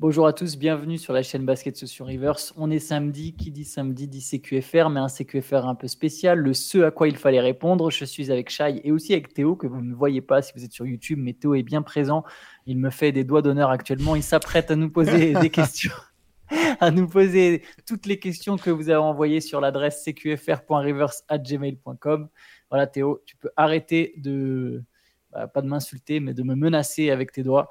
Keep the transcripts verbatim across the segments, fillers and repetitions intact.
Bonjour à tous, bienvenue sur la chaîne Basket Session Reverse. On est samedi, qui dit samedi dit C Q F R, mais un C Q F R un peu spécial, le ce à quoi il fallait répondre. Je suis avec Shai et aussi avec Théo, que vous ne voyez pas si vous êtes sur YouTube, mais Théo est bien présent. Il me fait des doigts d'honneur actuellement, il s'apprête à nous poser des questions, à nous poser toutes les questions que vous avez envoyées sur l'adresse c q f r point reverse arobase gmail point com. Voilà Théo, tu peux arrêter de, bah, pas de m'insulter, mais de me menacer avec tes doigts.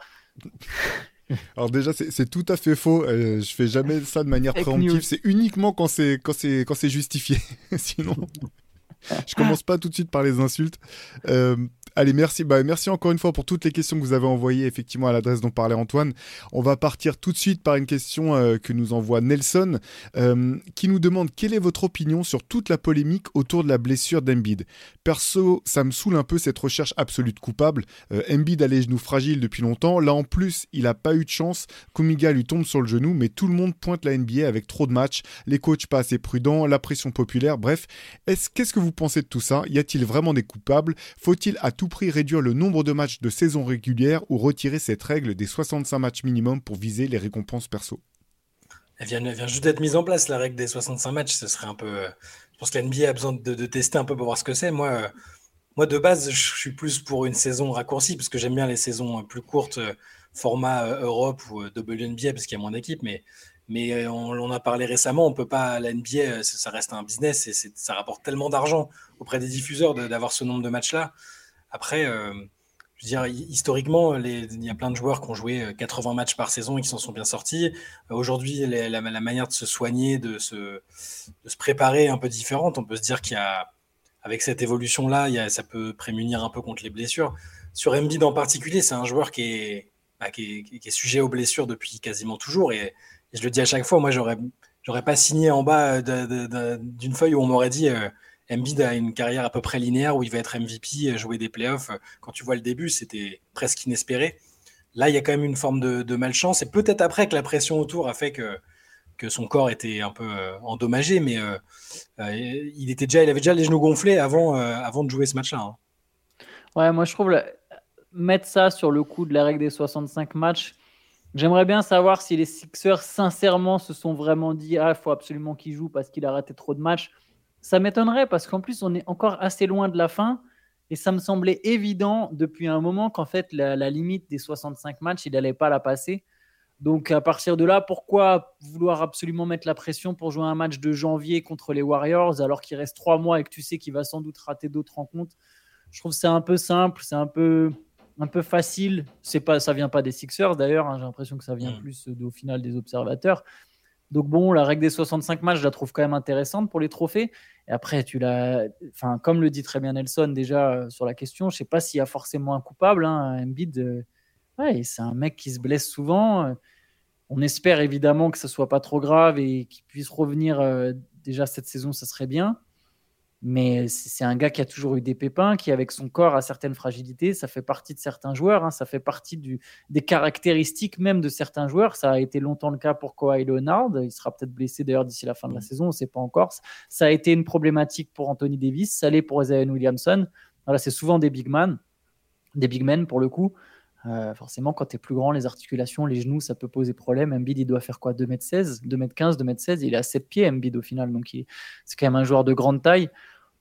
Alors déjà, c'est, c'est tout à fait faux. Euh, je fais jamais ça de manière Fake préemptive. news. C'est uniquement quand c'est, quand c'est, quand c'est justifié. Sinon, je commence pas tout de suite par les insultes. Euh, allez, merci. Bah, merci encore une fois pour toutes les questions que vous avez envoyées effectivement à l'adresse dont parlait Antoine. On va partir tout de suite par une question euh, que nous envoie Nelson, euh, qui nous demande quelle est votre opinion sur toute la polémique autour de la blessure d'Embiid. Perso, ça me saoule un peu cette recherche absolue de coupable. Euh, Embiid a les genoux fragiles depuis longtemps. Là, en plus, il a pas eu de chance. Kuminga lui tombe sur le genou, mais tout le monde pointe la N B A avec trop de matchs. Les coachs pas assez prudents, la pression populaire. Bref, est-ce, qu'est-ce que vous pensez de tout ça ? Y a-t-il vraiment des coupables ? Faut-il à tout prix réduire le nombre de matchs de saison régulière ou retirer cette règle des soixante-cinq matchs minimum pour viser les récompenses perso ? Elle vient, elle vient juste d'être mise en place, la règle des soixante-cinq matchs. Ce serait un peu. euh, Je pense que la N B A a besoin de, de tester un peu pour voir ce que c'est. Moi, euh, moi, de base, je suis plus pour une saison raccourcie parce que j'aime bien les saisons euh, plus courtes, euh, format euh, Europe ou euh, W N B A parce qu'il y a moins d'équipes. Mais, mais euh, on, on en a parlé récemment. On peut pas. La N B A, euh, ça ça reste un business et c'est- ça rapporte tellement d'argent auprès des diffuseurs de- d'avoir ce nombre de matchs-là. Après, euh, je veux dire, hi- historiquement, les- il y a plein de joueurs qui ont joué euh, quatre-vingts matchs par saison et qui s'en sont bien sortis. Euh, Aujourd'hui, les- la, la manière de se soigner, de se, de se préparer est un peu différente. On peut se dire qu'il y a, avec cette évolution-là, il y a- ça peut prémunir un peu contre les blessures. Sur Embiid en particulier, c'est un joueur qui est, bah, qui est, qui est sujet aux blessures depuis quasiment toujours. Et, et je le dis à chaque fois, moi, j'aurais, j'aurais pas signé en bas de- de- de- d'une feuille où on m'aurait dit euh, Embiid a une carrière à peu près linéaire où il va être M V P, euh, jouer des playoffs. Quand tu vois le début, c'était presque inespéré. Là, il y a quand même une forme de, de malchance. Et peut-être après que la pression autour a fait que, que son corps était un peu euh, endommagé, mais euh, euh, il, était déjà, il avait déjà les genoux gonflés avant, euh, avant de jouer ce match-là, hein. Ouais, moi je trouve la- mettre ça sur le coup de la règle des soixante-cinq matchs, j'aimerais bien savoir si les Sixers sincèrement se sont vraiment dit ah, il faut absolument qu'il joue parce qu'il a raté trop de matchs. Ça m'étonnerait parce qu'en plus on est encore assez loin de la fin et ça me semblait évident depuis un moment qu'en fait la, la limite des soixante-cinq matchs, il n'allait pas la passer. Donc à partir de là, pourquoi vouloir absolument mettre la pression pour jouer un match de janvier contre les Warriors alors qu'il reste trois mois et que tu sais qu'il va sans doute rater d'autres rencontres? Je trouve que c'est un peu simple, c'est un peu, un peu facile. C'est pas, ça vient pas des Sixers d'ailleurs, hein, j'ai l'impression que ça vient Mm. plus de, au final des observateurs. Donc bon, la règle des soixante-cinq matchs, je la trouve quand même intéressante pour les trophées. Et après, tu l'as, enfin, comme le dit très bien Nelson déjà euh, sur la question, je sais pas s'il y a forcément un coupable. Hein, Embiid, euh, ouais, c'est un mec qui se blesse souvent. Euh, On espère évidemment que ça soit pas trop grave et qu'il puisse revenir euh, déjà cette saison, ça serait bien. Mais c'est un gars qui a toujours eu des pépins, qui avec son corps a certaines fragilités. Ça fait partie de certains joueurs, hein, ça fait partie du, des caractéristiques même de certains joueurs. Ça a été longtemps le cas pour Kawhi Leonard. Il sera peut-être blessé d'ailleurs d'ici la fin de la saison, on ne sait pas encore. Ça a été une problématique pour Anthony Davis, ça l'est pour Zion Williamson. Voilà, c'est souvent des big men, des big men pour le coup. Euh, forcément, quand tu es plus grand, les articulations, les genoux, ça peut poser problème. Embiid, il doit faire quoi, deux mètres seize, deux mètres quinze, deux mètres seize. Il est à sept pieds, Embiid, au final. Donc, il- c'est quand même un joueur de grande taille.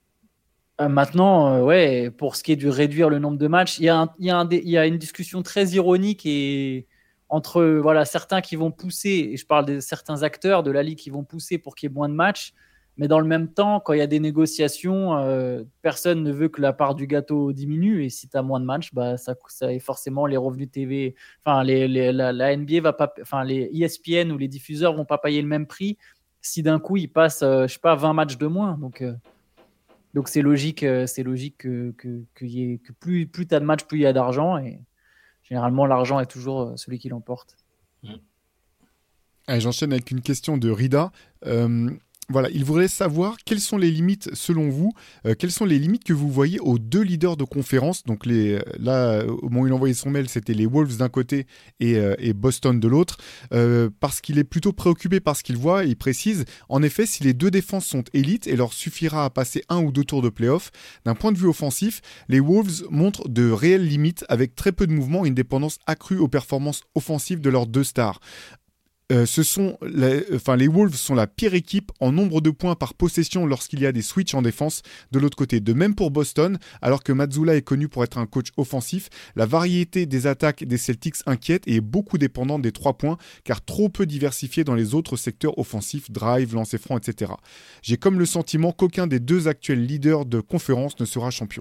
Euh, maintenant, euh, ouais, pour ce qui est du réduire le nombre de matchs, il y a, un- il y a, un dé- il y a une discussion très ironique et entre voilà, certains qui vont pousser, et je parle de certains acteurs de la Ligue qui vont pousser pour qu'il y ait moins de matchs, mais dans le même temps, quand il y a des négociations, euh, personne ne veut que la part du gâteau diminue, et si tu as moins de matchs, bah, ça, ça est forcément les revenus T V, enfin les, les- la, la N B A va pas, enfin les E S P N ou les diffuseurs vont pas payer le même prix si d'un coup ils passent, euh, je sais pas, vingt matchs de moins. Donc euh, donc c'est logique, euh, c'est logique que, que, que, y ait- que plus, plus tu as de matchs, plus il y a d'argent. Et généralement, l'argent est toujours euh, celui qui l'emporte. Mm. Allez, j'enchaîne avec une question de Rida. Euh, voilà, il voudrait savoir quelles sont les limites selon vous, euh, quelles sont les limites que vous voyez aux deux leaders de conférence. Donc les, là, au moment où il envoyait son mail, c'était les Wolves d'un côté et, euh, et Boston de l'autre, euh, parce qu'il est plutôt préoccupé par ce qu'il voit. Il précise, en effet, si les deux défenses sont élites et leur suffira à passer un ou deux tours de play-off, d'un point de vue offensif, les Wolves montrent de réelles limites avec très peu de mouvements et une dépendance accrue aux performances offensives de leurs deux stars. Euh, ce sont les, enfin, les Wolves sont la pire équipe en nombre de points par possession lorsqu'il y a des switches en défense de l'autre côté. De même pour Boston, alors que Mazzulla est connu pour être un coach offensif, la variété des attaques des Celtics inquiète et est beaucoup dépendante des trois points, car trop peu diversifiée dans les autres secteurs offensifs, drive, lancer franc, et cetera. J'ai comme le sentiment qu'aucun des deux actuels leaders de conférence ne sera champion.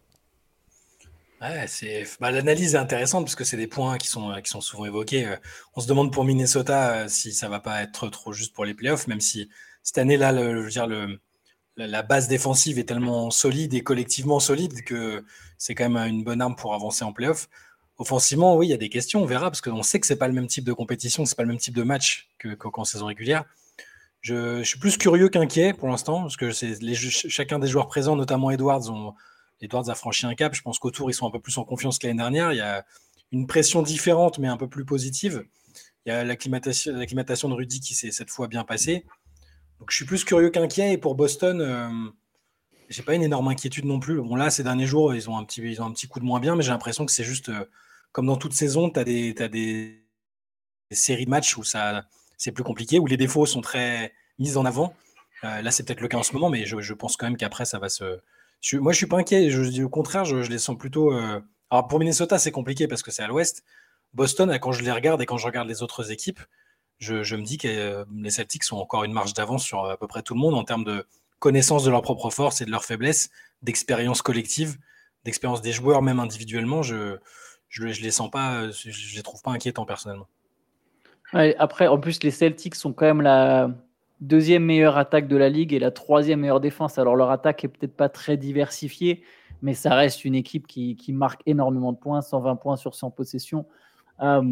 Ouais, c'est... Bah, l'analyse est intéressante parce que c'est des points qui sont, qui sont souvent évoqués. Euh, On se demande pour Minnesota euh, si ça va pas être trop juste pour les playoffs, même si cette année-là, le, je veux dire, le, la, la base défensive est tellement solide et collectivement solide que c'est quand même une bonne arme pour avancer en playoffs. Offensivement, oui, il y a des questions, on verra, parce qu'on sait que c'est pas le même type de compétition, c'est pas le même type de match que, que- qu'en saison régulière. Je, je suis plus curieux qu'inquiet pour l'instant, parce que c'est les, ch- chacun des joueurs présents, notamment Edwards, ont, Edwards a franchi un cap. Je pense qu'autour, ils sont un peu plus en confiance que l'année dernière. Il y a une pression différente, mais un peu plus positive. Il y a l'acclimatation, l'acclimatation de Rudy qui s'est cette fois bien passée. Donc je suis plus curieux qu'inquiet. Et pour Boston, euh, j'ai pas une énorme inquiétude non plus. Bon, là, ces derniers jours, ils ont un petit, ils ont un petit coup de moins bien, mais j'ai l'impression que c'est juste euh, comme dans toute saison, tu as des, t'as des, des séries de matchs où ça, c'est plus compliqué, où les défauts sont très mis en avant. Euh, là, c'est peut-être le cas en ce moment, mais je, je pense quand même qu'après, ça va se. Je- moi, je suis pas inquiet. Je, dis au contraire, je, je les sens plutôt. euh, Alors, pour Minnesota, c'est compliqué parce que c'est à l'ouest. Boston, quand je les regarde et quand je regarde les autres équipes, je, je me dis que euh, les Celtics ont encore une marge d'avance sur à peu près tout le monde en termes de connaissance de leurs propres forces et de leurs faiblesses, d'expérience collective, d'expérience des joueurs, même individuellement. Je, je, je les sens pas, je, je les trouve pas inquiétants personnellement. Ouais, après, en plus, les Celtics sont quand même la deuxième meilleure attaque de la ligue et la troisième meilleure défense. Alors, leur attaque est peut-être pas très diversifiée, mais ça reste une équipe qui, qui marque énormément de points, cent vingt points sur cent possessions. Euh,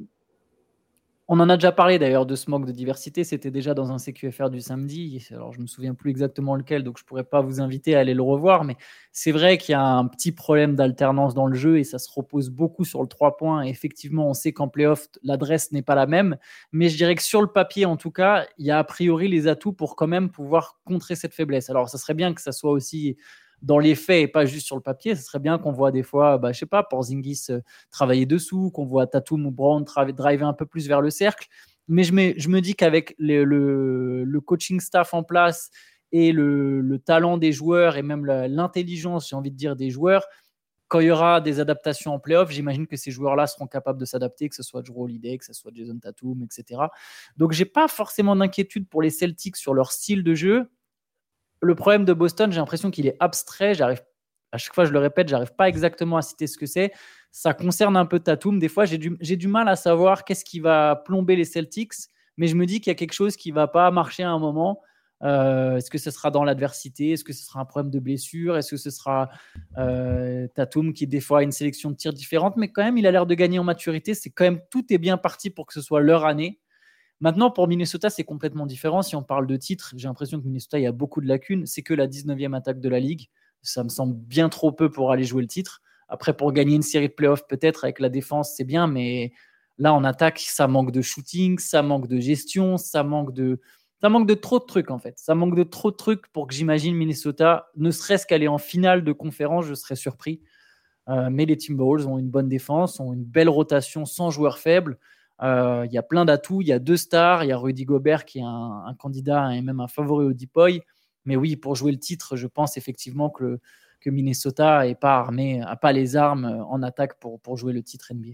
on en a déjà parlé d'ailleurs de ce manque de diversité. C'était déjà dans un C Q F R du samedi. Alors, je me souviens plus exactement lequel, donc je pourrais pas vous inviter à aller le revoir. Mais c'est vrai qu'il y a un petit problème d'alternance dans le jeu et ça se repose beaucoup sur le trois points. Et effectivement, on sait qu'en playoff, l'adresse n'est pas la même. Mais je dirais que sur le papier, en tout cas, il y a a priori les atouts pour quand même pouvoir contrer cette faiblesse. Alors, ça serait bien que ça soit aussi dans les faits et pas juste sur le papier. Ce serait bien qu'on voit des fois, bah, je sais pas, Porzingis euh, travailler dessous, qu'on voit Tatum ou Brown tra- driver un peu plus vers le cercle. Mais je me, je me dis qu'avec le, le, le coaching staff en place et le, le talent des joueurs et même la- l'intelligence, j'ai envie de dire, des joueurs, quand il y aura des adaptations en playoff, j'imagine que ces joueurs-là seront capables de s'adapter, que ce soit Jrue Holiday, que ce soit Jason Tatum, et cetera. Donc, j'ai pas forcément d'inquiétude pour les Celtics sur leur style de jeu. Le problème de Boston, j'ai l'impression qu'il est abstrait. J'arrive, à chaque fois, je le répète, j'arrive pas exactement à citer ce que c'est. Ça concerne un peu Tatum. Des fois, j'ai du, j'ai du mal à savoir qu'est-ce qui va plomber les Celtics, mais je me dis qu'il y a quelque chose qui va pas marcher à un moment. Euh, est-ce que ce sera dans l'adversité? Est-ce que ce sera un problème de blessure? Est-ce que ce sera euh, Tatum qui, des fois, a une sélection de tirs différente? Mais quand même, il a l'air de gagner en maturité. C'est quand même, tout est bien parti pour que ce soit leur année. Maintenant, pour Minnesota, c'est complètement différent. Si on parle de titre, j'ai l'impression que Minnesota, il y a beaucoup de lacunes. C'est que la dix-neuvième attaque de la ligue. Ça me semble bien trop peu pour aller jouer le titre. Après, pour gagner une série de playoffs, peut-être avec la défense, c'est bien, mais là, en attaque, ça manque de shooting, ça manque de gestion, ça manque de, ça manque de trop de trucs, en fait. Ça manque de trop de trucs pour que j'imagine Minnesota, ne serait-ce qu'aller en finale de conférence, je serais surpris. Euh, mais les Timberwolves ont une bonne défense, ont une belle rotation sans joueurs faibles. Euh, Il y a plein d'atouts. Il y a deux stars. Il y a Rudy Gobert qui est un, un candidat et même un favori au Depoy. Mais oui, pour jouer le titre, je pense effectivement que, le, que Minnesota n'est pas armé, n'a pas les armes en attaque pour, pour jouer le titre N B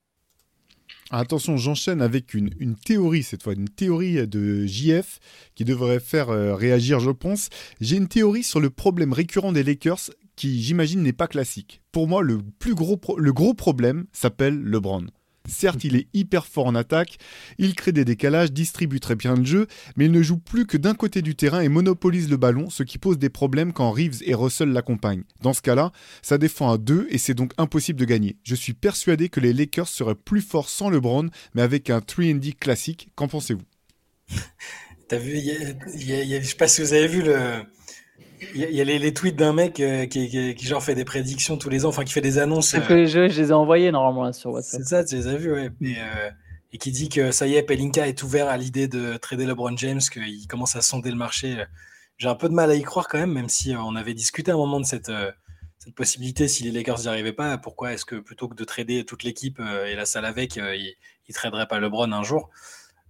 A. Attention, j'enchaîne avec une, une théorie cette fois, une théorie de J F qui devrait faire euh, réagir, je pense. J'ai une théorie sur le problème récurrent des Lakers qui, j'imagine, n'est pas classique. Pour moi, le plus gros, pro- le gros problème s'appelle LeBron. Certes, il est hyper fort en attaque, il crée des décalages, distribue très bien le jeu, mais il ne joue plus que d'un côté du terrain et monopolise le ballon, ce qui pose des problèmes quand Reeves et Russell l'accompagnent. Dans ce cas-là, ça défend à deux et c'est donc impossible de gagner. Je suis persuadé que les Lakers seraient plus forts sans LeBron, mais avec un trois and D classique. Qu'en pensez-vous? T'as vu, y a, y a, y a, je sais pas si vous avez vu le. Il y a, y a les, les tweets d'un mec euh, qui, qui, qui genre fait des prédictions tous les ans, enfin qui fait des annonces. C'est euh... que je, je les ai envoyés normalement là, sur WhatsApp. C'est ça, tu les as vus, ouais. Et, euh, et qui dit que ça y est, Pelinka est ouvert à l'idée de trader LeBron James, qu'il commence à sonder le marché. J'ai un peu de mal à y croire quand même, même si on avait discuté à un moment de cette, euh, cette possibilité si les Lakers n'y arrivaient pas. Pourquoi est-ce que plutôt que de trader toute l'équipe euh, et la salle avec, euh, ils ne traderaient pas LeBron un jour?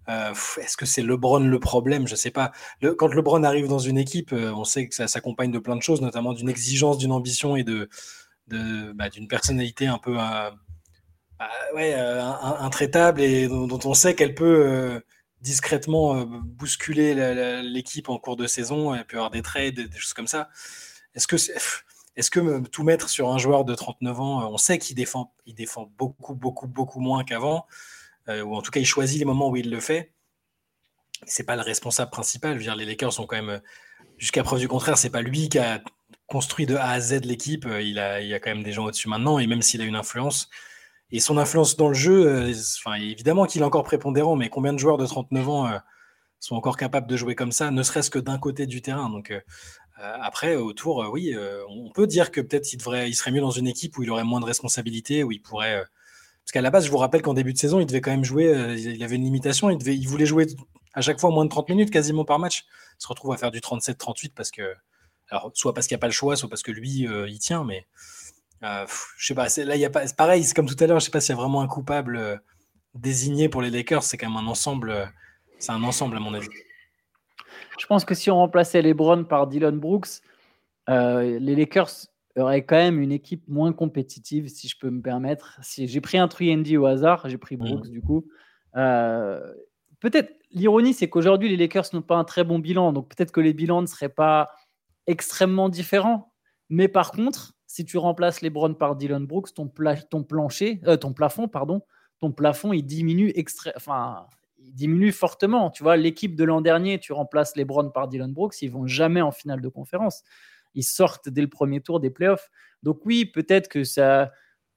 Euh, est-ce que c'est LeBron le problème? Je sais pas. Le, quand LeBron arrive dans une équipe, euh, on sait que ça s'accompagne de plein de choses, notamment d'une exigence, d'une ambition et de, de bah, d'une personnalité un peu euh, bah, ouais, euh, intraitable et dont, dont on sait qu'elle peut euh, discrètement euh, bousculer la, la, l'équipe en cours de saison. Elle peut avoir des trades, des, des choses comme ça. Est-ce que c'est, est-ce que tout mettre sur un joueur de trente-neuf ans, on sait qu'il défend, il défend beaucoup, beaucoup, beaucoup moins qu'avant. Euh, ou en tout cas il choisit les moments où il le fait. C'est pas le responsable principal. Je veux dire, les Lakers sont quand même, jusqu'à preuve du contraire, c'est pas lui qui a construit de A à Z l'équipe. Il a, il y a quand même des gens au-dessus maintenant, et même s'il a une influence, et son influence dans le jeu, euh, enfin, évidemment qu'il est encore prépondérant, mais combien de joueurs de trente-neuf ans euh, sont encore capables de jouer comme ça, ne serait-ce que d'un côté du terrain. Donc euh, après, autour, euh, oui, euh, on peut dire que peut-être il, devrait, il serait mieux dans une équipe où il aurait moins de responsabilités, où il pourrait... Euh, parce qu'à la base, je vous rappelle qu'en début de saison, il devait quand même jouer, euh, il avait une limitation, il, devait, il voulait jouer à chaque fois moins de trente minutes quasiment par match. Il se retrouve à faire du trente-sept trente-huit parce que, alors, soit parce qu'il n'y a pas le choix, soit parce que lui, euh, il tient, mais euh, pff, je sais pas, c'est, là, il y a pas, c'est pareil, c'est comme tout à l'heure, je sais pas s'il y a vraiment un coupable euh, désigné pour les Lakers, c'est quand même un ensemble, euh, c'est un ensemble à mon avis. Je pense que si on remplaçait LeBron par Dillon Brooks, euh, les Lakers aurait quand même une équipe moins compétitive, si je peux me permettre. Si j'ai pris un trois and D au hasard, j'ai pris Brooks mmh. du coup. Euh, peut-être, l'ironie, c'est qu'aujourd'hui, les Lakers n'ont pas un très bon bilan, donc peut-être que les bilans ne seraient pas extrêmement différents. Mais par contre, si tu remplaces LeBron par Dillon Brooks, ton, pla- ton plancher, euh, ton plafond, pardon, ton plafond, il diminue extra- enfin, il diminue fortement. Tu vois, l'équipe de l'an dernier, tu remplaces LeBron par Dillon Brooks, ils vont jamais en finale de conférence. Ils sortent dès le premier tour des playoffs. Donc oui, peut-être que ça,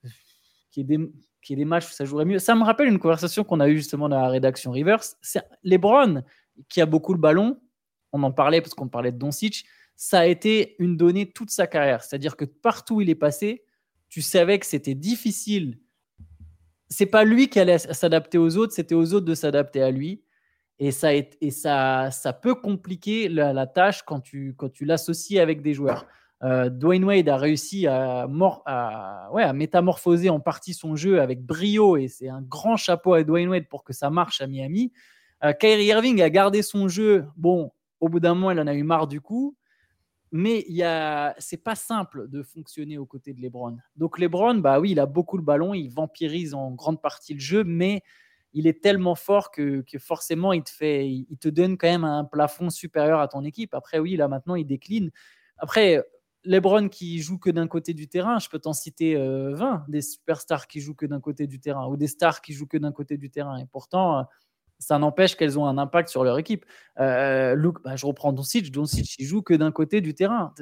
qu'il y ait des, qu'il y ait des matchs où ça jouerait mieux. Ça me rappelle une conversation qu'on a eue justement dans la rédaction Rivers. C'est LeBron, qui a beaucoup le ballon, on en parlait parce qu'on parlait de Doncic, ça a été une donnée toute sa carrière. C'est-à-dire que partout où il est passé, tu savais que c'était difficile. C'est pas lui qui allait s'adapter aux autres, c'était aux autres de s'adapter à lui. Et, ça, et ça, ça peut compliquer la, la tâche quand tu, quand tu l'associes avec des joueurs. Euh, Dwayne Wade a réussi à, mor- à, ouais, à métamorphoser en partie son jeu avec brio, et c'est un grand chapeau à Dwayne Wade pour que ça marche à Miami. Euh, Kyrie Irving a gardé son jeu. Bon, au bout d'un moment, il en a eu marre du coup. Mais il y a, c'est pas simple de fonctionner aux côtés de LeBron. Donc LeBron, bah oui, il a beaucoup le ballon, il vampirise en grande partie le jeu, mais il est tellement fort que, que forcément, il te, fait, il te donne quand même un plafond supérieur à ton équipe. Après, oui, là, maintenant, il décline. Après, LeBron qui joue que d'un côté du terrain, je peux t'en citer euh, vingt, des superstars qui jouent que d'un côté du terrain, ou des stars qui jouent que d'un côté du terrain. Et pourtant, ça n'empêche qu'elles ont un impact sur leur équipe. Euh, Luke, bah, je reprends Doncic. Doncic, il joue que d'un côté du terrain.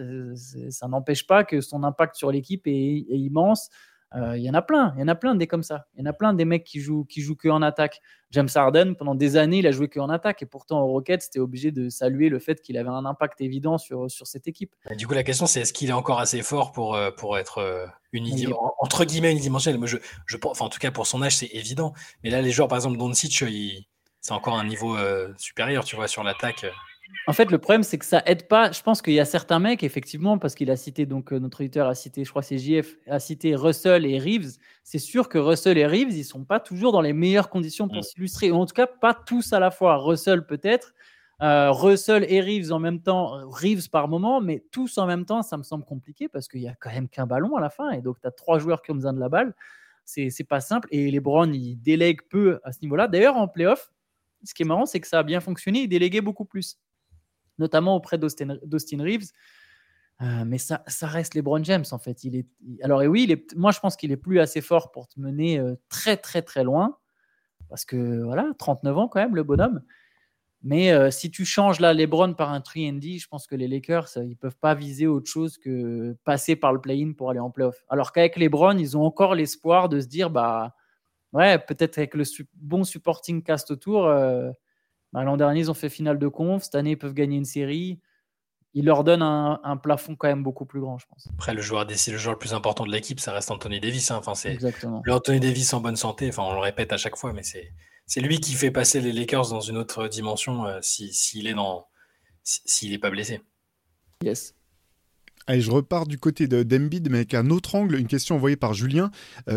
Ça n'empêche pas que son impact sur l'équipe est, est immense. Il euh, y en a plein, il y en a plein des comme ça. Il y en a plein des mecs qui jouent, qui jouent que en attaque. James Harden, pendant des années, il a joué que en attaque, et pourtant au Rockets, c'était obligé de saluer le fait qu'il avait un impact évident sur, sur cette équipe. Et du coup, la question, c'est est-ce qu'il est encore assez fort pour, pour être unidi- entre guillemets unidimensionnel? Moi, je, je, enfin, en tout cas, pour son âge, c'est évident. Mais là, les joueurs, par exemple, Doncic, il c'est encore un niveau euh, supérieur, tu vois, sur l'attaque. En fait, le problème, c'est que ça aide pas. Je pense qu'il y a certains mecs, effectivement, parce qu'il a cité, donc notre auditeur a cité, je crois que c'est J F, a cité Russell et Reeves. C'est sûr que Russell et Reeves, ils sont pas toujours dans les meilleures conditions pour mmh. s'illustrer. Ou en tout cas, pas tous à la fois. Russell peut-être, euh, Russell et Reeves en même temps, Reeves par moment, mais tous en même temps, ça me semble compliqué parce qu'il y a quand même qu'un ballon à la fin, et donc tu as trois joueurs qui ont besoin de la balle. C'est, c'est pas simple. Et LeBron, il délègue peu à ce niveau-là. D'ailleurs, en playoff, ce qui est marrant, c'est que ça a bien fonctionné. Il déléguait beaucoup plus, notamment auprès d'Austin, d'Austin Reeves. Euh, mais ça, ça reste LeBron James, en fait. Il est, alors, et oui, il est, moi, je pense qu'il est plus assez fort pour te mener euh, très, très, très loin. Parce que, voilà, trente-neuf ans quand même, le bonhomme. Mais euh, si tu changes là LeBron par un trois and D, je pense que les Lakers, ils ne peuvent pas viser autre chose que passer par le play-in pour aller en play-off. Alors qu'avec LeBron, ils ont encore l'espoir de se dire, bah, ouais, peut-être avec le su- bon supporting cast autour, euh, bah, l'an dernier, ils ont fait finale de conf. Cette année, ils peuvent gagner une série. Ils leur donnent un, un plafond quand même beaucoup plus grand, je pense. Après, le joueur, le joueur le plus important de l'équipe, ça reste Anthony Davis. Hein. Enfin, c'est Exactement. Le Anthony Davis en bonne santé. Enfin, on le répète à chaque fois, mais c'est, c'est lui qui fait passer les Lakers dans une autre dimension euh, si, s'il est dans, si, s'il n'est pas blessé. Yes. Allez, je repars du côté de, d'Embiid, mais avec un autre angle. Une question envoyée par Julien. Euh,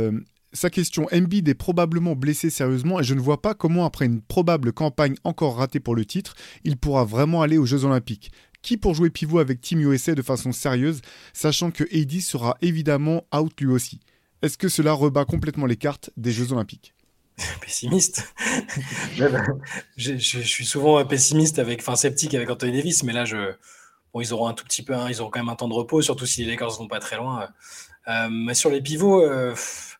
sa question, Embiid est probablement blessé sérieusement et je ne vois pas comment après une probable campagne encore ratée pour le titre, il pourra vraiment aller aux Jeux Olympiques. Qui pour jouer pivot avec Team U S A de façon sérieuse, sachant que A D sera évidemment out lui aussi. Est-ce que cela rebat complètement les cartes des Jeux Olympiques ? Pessimiste. je, je, je suis souvent pessimiste avec, enfin sceptique avec Anthony Davis, mais là, je, bon, ils auront un tout petit peu, hein, ils auront quand même un temps de repos, surtout si les Lakers vont pas très loin. Euh, mais sur les pivots, euh,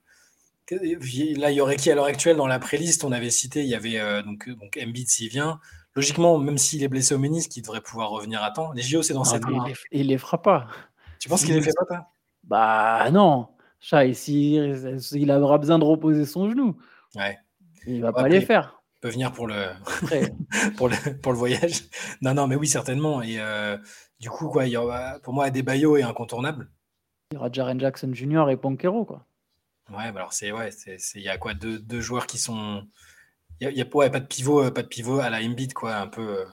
là, il y aurait qui à l'heure actuelle dans la pré-liste? On avait cité, il y avait euh, donc, donc Embiid s'il vient. Logiquement, même s'il est blessé au ménisque, il devrait pouvoir revenir à temps. Les J O, c'est dans sept mois. Il, il les fera pas. Tu penses si... qu'il les fait pas, toi? Bah non. Chai, s'il il aura besoin de reposer son genou. Ouais. Il va ouais, pas les faire. Il peut venir pour le... pour le pour le voyage. Non, non, mais oui, certainement. Et euh, du coup, quoi, il y aura... pour moi, Adebayo est incontournable. Il y aura Jaren Jackson Junior et Banchero, quoi. Ouais, bah alors c'est ouais, c'est il y a quoi deux, deux joueurs qui sont il y a, y a ouais, pas de pivot, pas de pivot à la Embiid quoi, un peu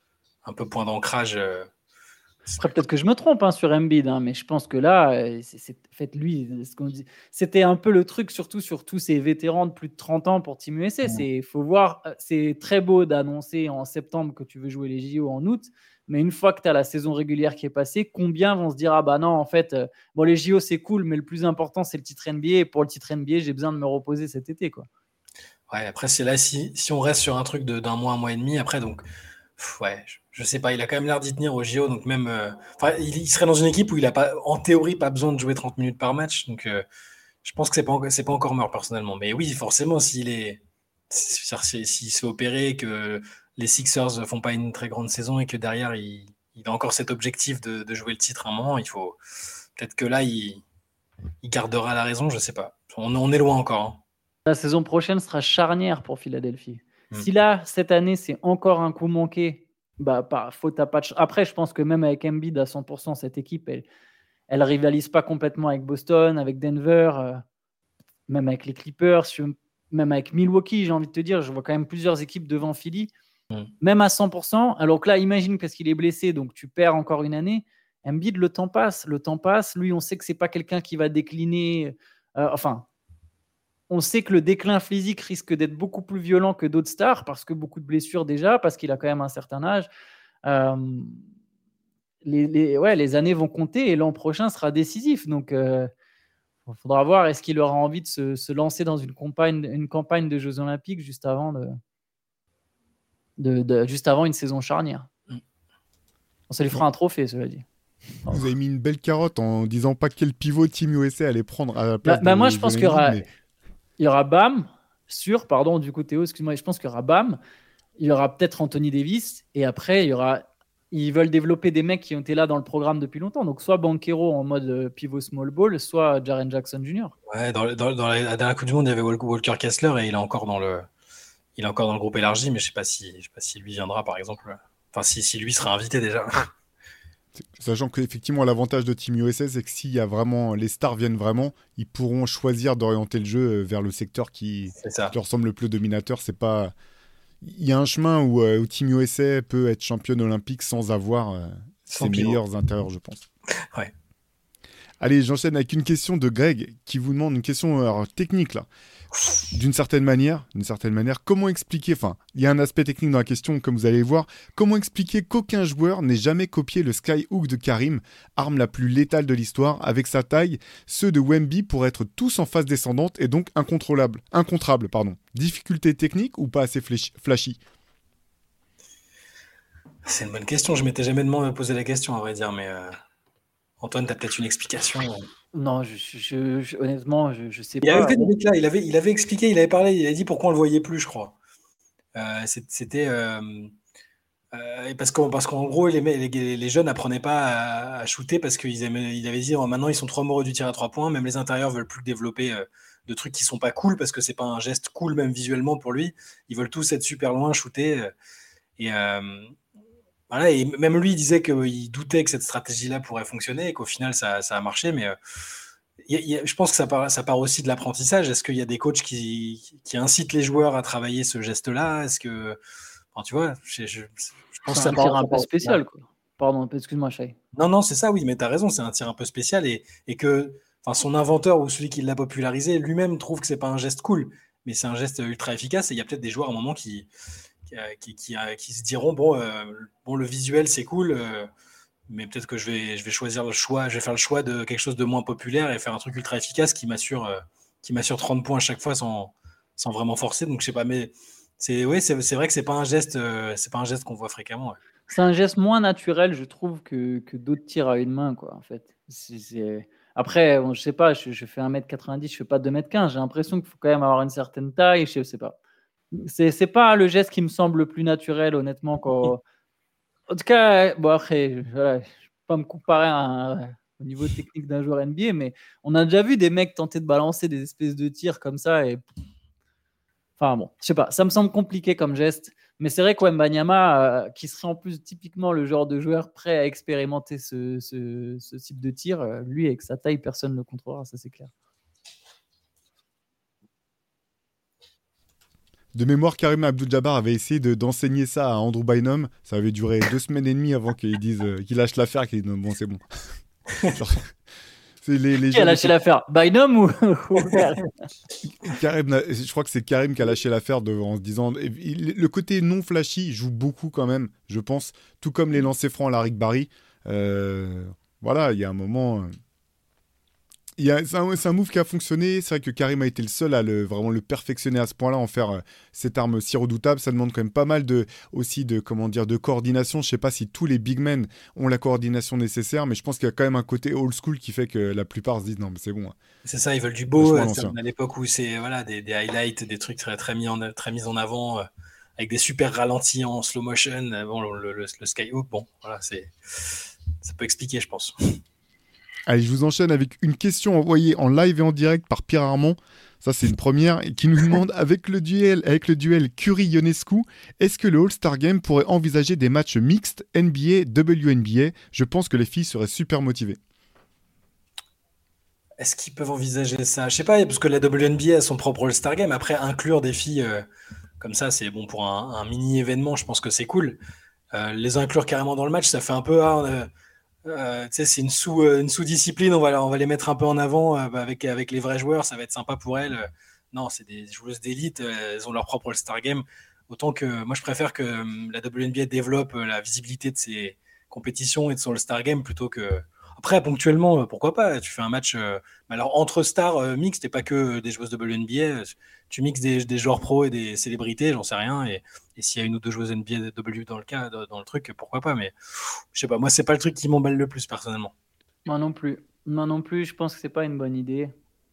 un peu point d'ancrage. Euh... Après, peut-être que je me trompe hein, sur Embiid, hein, mais je pense que là, c'est, c'est, fait, lui, ce qu'on dit, c'était un peu le truc, surtout sur tous ces vétérans de plus de trente ans pour Team U S A. Il ouais. faut voir, c'est très beau d'annoncer en septembre que tu veux jouer les J O en août, mais une fois que tu as la saison régulière qui est passée, combien vont se dire ah bah non, en fait, euh, bon, les J O c'est cool, mais le plus important c'est le titre N B A, et pour le titre N B A, j'ai besoin de me reposer cet été, quoi. Ouais, après, c'est là, si, si on reste sur un truc de, d'un mois, un mois et demi, après, donc. Ouais, je, je sais pas, il a quand même l'air d'y tenir au J O, donc même, euh, enfin, il, il serait dans une équipe où il a pas, en théorie, pas besoin de jouer trente minutes par match, donc euh, je pense que c'est pas, c'est pas encore mort personnellement. Mais oui, forcément, s'il est, s'il se fait opérer, que les Sixers font pas une très grande saison et que derrière il, il a encore cet objectif de, de jouer le titre à un moment, il faut peut-être que là il, il gardera la raison, je sais pas. On, on est loin encore. Hein. La saison prochaine sera charnière pour Philadelphie. Si là, cette année, c'est encore un coup manqué, bah, pas, faute à pas de... Après, je pense que même avec Embiid à cent pour cent, cette équipe, elle ne rivalise pas complètement avec Boston, avec Denver, euh, même avec les Clippers, même avec Milwaukee, j'ai envie de te dire. Je vois quand même plusieurs équipes devant Philly, mm. même à cent pour cent. Alors que là, imagine parce qu'il est blessé, donc tu perds encore une année. Embiid, le temps passe. Le temps passe. Lui, on sait que ce n'est pas quelqu'un qui va décliner... Euh, enfin... On sait que le déclin physique risque d'être beaucoup plus violent que d'autres stars parce que beaucoup de blessures déjà, parce qu'il a quand même un certain âge. Euh, les, les, ouais, les années vont compter et l'an prochain sera décisif. Donc, il euh, faudra voir est-ce qu'il aura envie de se, se lancer dans une campagne, une campagne de Jeux Olympiques juste avant, de, de, de, juste avant une saison charnière. Ça lui fera un trophée, cela dit. Vous avez mis une belle carotte en disant pas quel pivot Team U S A allait prendre à la place. Bah, bah de, moi, je pense qu'il y aura... mais... Il y aura Bam, sûr, pardon, du coup Théo, excuse-moi, je pense qu'il y aura Bam, il y aura peut-être Anthony Davis, et après, il y aura, ils veulent développer des mecs qui ont été là dans le programme depuis longtemps, donc soit Banchero en mode pivot small ball, soit Jaren Jackson Junior Ouais, dans, dans, dans la dernière Coupe du Monde, il y avait Walker Kessler, et il est encore dans le, il est encore dans le groupe élargi, mais je ne sais pas si, je sais pas si lui viendra, par exemple, enfin, si, si lui sera invité déjà. Sachant qu'effectivement, l'avantage de Team U S A, c'est que s'il y a vraiment, les stars viennent vraiment, ils pourront choisir d'orienter le jeu vers le secteur qui, qui leur semble le plus dominateur. C'est pas... Il y a un chemin où, où Team U S A peut être championne olympique sans avoir euh, sans ses pivot. meilleurs intérieurs, je pense. Ouais. Allez, j'enchaîne avec une question de Greg qui vous demande une question alors, technique là. D'une certaine manière, d'une certaine manière, comment expliquer, enfin, il y a un aspect technique dans la question, comme vous allez le voir, comment expliquer qu'aucun joueur n'ait jamais copié le skyhook de Karim, arme la plus létale de l'histoire, avec sa taille, ceux de Wemby pourraient être tous en phase descendante et donc incontrôlables, incontrables, pardon. Difficulté technique ou pas assez flashy? C'est une bonne question, je m'étais jamais demandé de poser la question, à vrai dire, mais euh... Antoine, tu as peut-être une explication? Non, je, je, je, honnêtement, je, je sais il pas. Avait fait là, il, avait, il avait expliqué, il avait parlé, il avait dit pourquoi on ne le voyait plus, je crois. Euh, c'était euh, euh, parce qu'en parce qu'en gros, les, les, les jeunes n'apprenaient pas à, à shooter parce qu'ils il avaient dit oh, maintenant ils sont trop amoureux du tir à trois points, même les intérieurs veulent plus développer euh, de trucs qui sont pas cool parce que c'est pas un geste cool même visuellement pour lui. Ils veulent tous être super loin, shooter. Euh, et euh, voilà, et même lui, il disait qu'il doutait que cette stratégie-là pourrait fonctionner et qu'au final, ça, ça a marché. Mais euh, y a, y a, je pense que ça part, ça part aussi de l'apprentissage. Est-ce qu'il y a des coachs qui, qui incitent les joueurs à travailler ce geste-là? Est-ce que, enfin, tu vois, je, je, je pense que ça un part tir un peu spécial. Quoi. Pardon, excuse-moi, Chai. Non, non, c'est ça, oui, mais tu as raison, c'est un tir un peu spécial et, et que, enfin, son inventeur ou celui qui l'a popularisé lui-même trouve que c'est pas un geste cool, mais c'est un geste ultra efficace. Et il y a peut-être des joueurs à un moment qui, qui, qui, qui, qui se diront bon, euh, bon, le visuel c'est cool, euh, mais peut-être que je vais, je vais choisir le choix, je vais faire le choix de quelque chose de moins populaire et faire un truc ultra efficace qui m'assure, euh, qui m'assure trente points à chaque fois sans, sans vraiment forcer. Donc je sais pas, mais c'est, ouais, c'est, c'est vrai que c'est pas un geste, euh, c'est pas un geste qu'on voit fréquemment. Ouais. C'est un geste moins naturel, je trouve, que, que d'autres tirs à une main, quoi, en fait. C'est, c'est... Après, bon, je sais pas, je, je fais un mètre quatre-vingt-dix, je fais pas deux mètres quinze. J'ai l'impression qu'il faut quand même avoir une certaine taille, je sais pas. C'est, c'est pas le geste qui me semble le plus naturel, honnêtement. Quand... En tout cas, bon, après, voilà, je ne vais pas me comparer à un, au niveau technique d'un joueur N B A, mais on a déjà vu des mecs tenter de balancer des espèces de tirs comme ça. Et... Enfin bon, je sais pas, ça me semble compliqué comme geste. Mais c'est vrai que Wembanyama, euh, qui serait en plus typiquement le genre de joueur prêt à expérimenter ce, ce, ce type de tir, euh, lui, avec sa taille, personne ne le contrôlera, ça c'est clair. De mémoire, Karim Abdul-Jabbar avait essayé de, d'enseigner ça à Andrew Bynum. Ça avait duré deux semaines et demie avant qu'il dise, euh, qu'il lâche l'affaire, qu'il dise bon, c'est bon. Genre, c'est les, les qui a lâché qui... l'affaire, Bynum ou Karim, je crois que c'est Karim qui a lâché l'affaire de, en se disant il, le côté non flashy joue beaucoup quand même, je pense, tout comme les lancers francs à la Rick Barry. Euh, voilà, il y a un moment. Euh, il y a, c'est, un, c'est un move qui a fonctionné. C'est vrai que Karim a été le seul à le, vraiment le perfectionner à ce point-là, en faire euh, cette arme si redoutable. Ça demande quand même pas mal de, aussi de, comment dire, de coordination. Je sais pas si tous les big men ont la coordination nécessaire, mais je pense qu'il y a quand même un côté old school qui fait que la plupart se disent non, mais c'est bon. Hein. C'est ça, ils veulent du beau. Euh, à l'époque où c'est voilà, des, des highlights, des trucs très, très, mis, en, très mis en avant, euh, avec des super ralentis en slow motion. Euh, bon, le, le, le skyhook, bon, voilà, c'est, ça peut expliquer, je pense. Allez, je vous enchaîne avec une question envoyée en live et en direct par Pierre Armand. Ça, c'est une première. Et qui nous demande, avec le duel, avec le duel Curry-Ionescu, est-ce que le All-Star Game pourrait envisager des matchs mixtes N B A, W N B A? Je pense que les filles seraient super motivées. Est-ce qu'ils peuvent envisager ça? Je sais pas, parce que la W N B A a son propre All-Star Game. Après, inclure des filles euh, comme ça, c'est bon pour un, un mini-événement. Je pense que c'est cool. Euh, les inclure carrément dans le match, ça fait un peu... Ah, euh, Euh, c'est une, sous, euh, une sous-discipline, on va, on va les mettre un peu en avant euh, avec, avec les vrais joueurs, ça va être sympa pour elles. Non, c'est des joueuses d'élite, euh, elles ont leur propre All-Star Game. Autant que moi, je préfère que euh, la W N B A développe euh, la visibilité de ses compétitions et de son All-Star Game plutôt que. Après, ponctuellement, euh, pourquoi pas? Tu fais un match. Euh, alors, entre stars euh, mixtes et pas que des joueuses de W N B A, tu mixes des, des joueurs pros et des célébrités, j'en sais rien. Et, et s'il y a une ou deux joueuses N B A W dans le cas, dans le truc, pourquoi pas? Mais je sais pas, moi, c'est pas le truc qui m'emballe le plus personnellement. Moi non plus. Moi non plus, je pense que c'est pas une bonne idée.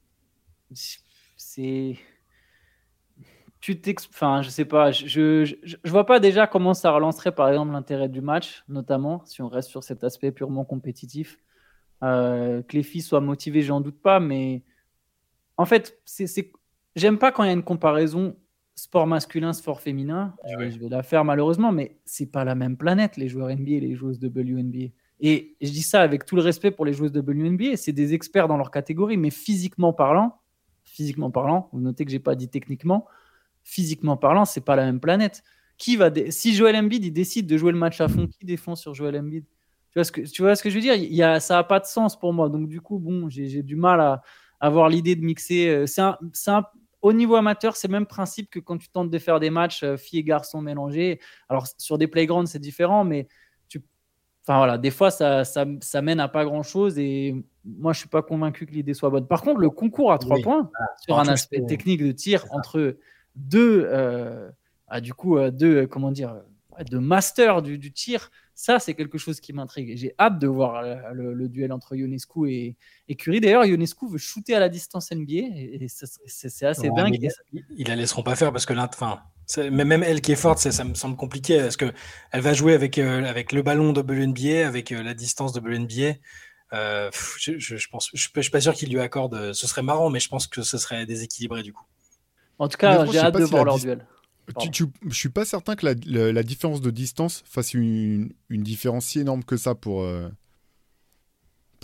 C'est. Tu t'ex... Enfin, je sais pas. Je, je, je, je vois pas déjà comment ça relancerait, par exemple, l'intérêt du match, notamment si on reste sur cet aspect purement compétitif. Euh, que les filles soient motivées, j'en doute pas, mais en fait, c'est, c'est... j'aime pas quand il y a une comparaison sport masculin, sport féminin. Je vais, je vais la faire malheureusement, mais c'est pas la même planète, les joueurs N B A et les joueuses de W N B A. Et je dis ça avec tout le respect pour les joueuses de W N B A, c'est des experts dans leur catégorie, mais physiquement parlant, physiquement parlant, vous notez que j'ai pas dit techniquement, physiquement parlant, c'est pas la même planète. Qui va dé... Si Joel Embiid il décide de jouer le match à fond, qui défend sur Joel Embiid? Tu vois ce que, tu vois ce que je veux dire? Il y a, ça n'a pas de sens pour moi. Donc, du coup, bon, j'ai, j'ai du mal à avoir l'idée de mixer. C'est un, c'est un, au niveau amateur, c'est le même principe que quand tu tentes de faire des matchs filles et garçons mélangés. Alors, sur des playgrounds, c'est différent, mais tu, enfin, voilà, des fois, ça, ça, ça mène à pas grand-chose. Et moi, je ne suis pas convaincu que l'idée soit bonne. Par contre, le concours à trois oui. points, ah, sur un aspect c'est... technique de tir entre deux, euh, ah, du coup, deux, comment dire, de master du, du tir, ça, c'est quelque chose qui m'intrigue. J'ai hâte de voir le, le, le duel entre Ionescu et, et Curry. D'ailleurs, Ionescu veut shooter à la distance N B A et, et c'est, c'est, c'est assez ouais, dingue. Ils, ils la laisseront pas faire parce que là, enfin, même elle qui est forte, ça, ça me semble compliqué parce que elle va jouer avec euh, avec le ballon de W N B A, avec euh, la distance de W N B A. Euh, je, je, je pense, je, je suis pas sûr qu'il lui accorde. Ce serait marrant, mais je pense que ce serait déséquilibré du coup. En tout cas, j'ai hâte de si voir leur dis- duel. Tu, tu, je suis pas certain que la, la, la différence de distance fasse une, une différence si énorme que ça pour, euh,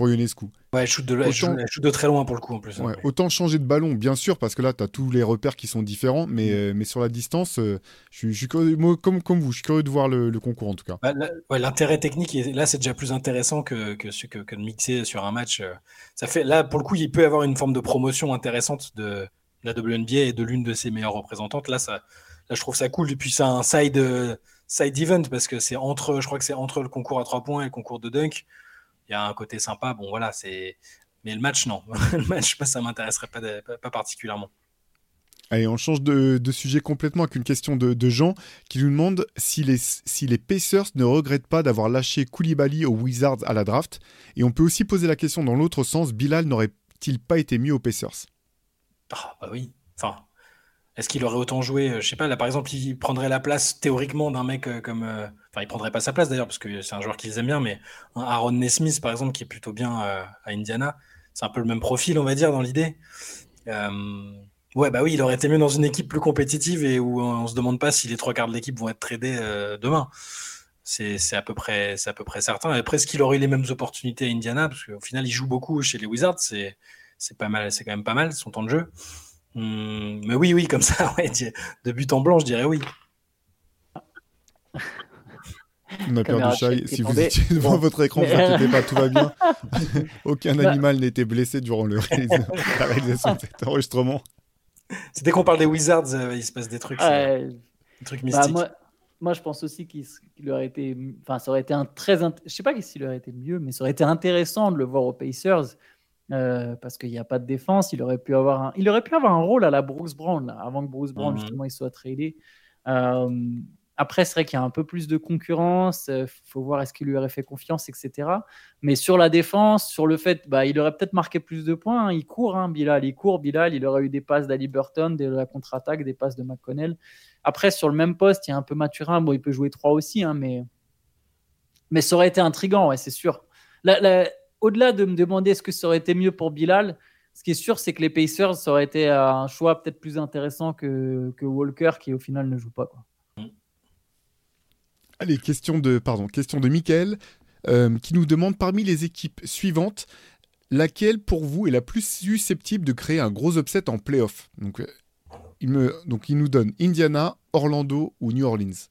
pour Ionescu. Ouais, elle shoot, de, elle, autant, elle shoot de très loin pour le coup en plus. Ouais, hein. autant changer de ballon, bien sûr, parce que là, tu as tous les repères qui sont différents, mais, mmh. euh, mais sur la distance, euh, je, je suis curieux, moi, comme, comme vous, je suis curieux de voir le, le concours en tout cas. Bah, là, ouais, l'intérêt technique, là, c'est déjà plus intéressant que, que, que, que de mixer sur un match. Ça fait, là, pour le coup, il peut y avoir une forme de promotion intéressante de la W N B A et de l'une de ses meilleures représentantes. Là, ça, là je trouve ça cool. Et puis, c'est un side, side event parce que c'est entre, je crois que c'est entre le concours à trois points et le concours de dunk. Il y a un côté sympa. Bon, voilà, c'est. Mais le match, non. Le match, ça m'intéresserait pas, de, pas, pas particulièrement. Allez, on change de, de sujet complètement avec une question de, de Jean qui nous demande si les, si les Pacers ne regrettent pas d'avoir lâché Coulibaly aux Wizards à la draft. Et on peut aussi poser la question dans l'autre sens, Bilal n'aurait-il pas été mieux aux Pacers? Ah, bah oui. Enfin, est-ce qu'il aurait autant joué? Je sais pas, là par exemple, il prendrait la place théoriquement d'un mec comme... Euh... Enfin, il prendrait pas sa place d'ailleurs parce que c'est un joueur qu'ils aiment bien, mais un Aaron Nesmith par exemple qui est plutôt bien euh, à Indiana, c'est un peu le même profil on va dire dans l'idée. Euh... Ouais, bah oui, il aurait été mieux dans une équipe plus compétitive et où on se demande pas si les trois quarts de l'équipe vont être tradés euh, demain. C'est, c'est, à peu près, c'est à peu près certain. Après, est-ce qu'il aurait eu les mêmes opportunités à Indiana? Parce qu'au final, il joue beaucoup chez les Wizards. C'est, c'est, pas mal, c'est quand même pas mal son temps de jeu. Hum, mais oui, oui, comme ça, ouais, de but en blanc, je dirais oui. On a perdu Shai. Si vous étiez devant bon. votre écran, ne vous inquiétez pas, tout va bien. Aucun bah... animal n'a été blessé durant le réalis- la réalisation de cet enregistrement. C'est dès qu'on parle des Wizards, euh, il se passe des trucs, ouais. des trucs mystiques. Bah, moi, moi, je pense aussi qu'il, qu'il aurait été, enfin, ça aurait été un très, int... je sais pas s'il aurait été mieux, mais ça aurait été intéressant de le voir aux Pacers euh, parce qu'il n'y a pas de défense. Il aurait pu avoir un, il aurait pu avoir un rôle à la Bruce Brown là, avant que Bruce Brown mm-hmm. justement il soit tradé. Euh, Après, c'est vrai qu'il y a un peu plus de concurrence. Il euh, faut voir est-ce qu'il lui aurait fait confiance, et cetera. Mais sur la défense, sur le fait, bah, il aurait peut-être marqué plus de points. Hein. Il court, hein, Bilal. Il court, Bilal. Il aurait eu des passes d'Ali Burton, de la contre-attaque, des passes de McConnell. Après, sur le même poste, il y a un peu Mathurin. Bon, il peut jouer trois aussi, hein, mais... mais ça aurait été intriguant, ouais, c'est sûr. La, la... Au-delà de me demander est-ce que ça aurait été mieux pour Bilal, ce qui est sûr, c'est que les Pacers, ça aurait été un choix peut-être plus intéressant que, que Walker, qui au final ne joue pas, quoi. Allez, question de, pardon, question de Mickaël, euh, qui nous demande parmi les équipes suivantes, laquelle pour vous est la plus susceptible de créer un gros upset en play-off? Donc, euh, il me, donc, il nous donne Indiana, Orlando ou New Orleans.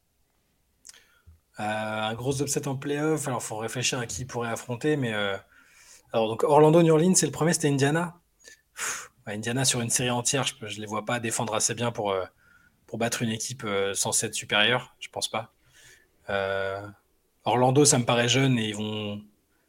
Euh, un gros upset en play-off, alors il faut réfléchir à qui il pourrait affronter, mais euh, alors donc Orlando, New Orleans, c'est le premier, c'était Indiana. Pff, bah, Indiana sur une série entière, je ne les vois pas défendre assez bien pour, euh, pour battre une équipe euh, censée être supérieure, je pense pas. Euh, Orlando, ça me paraît jeune et ils vont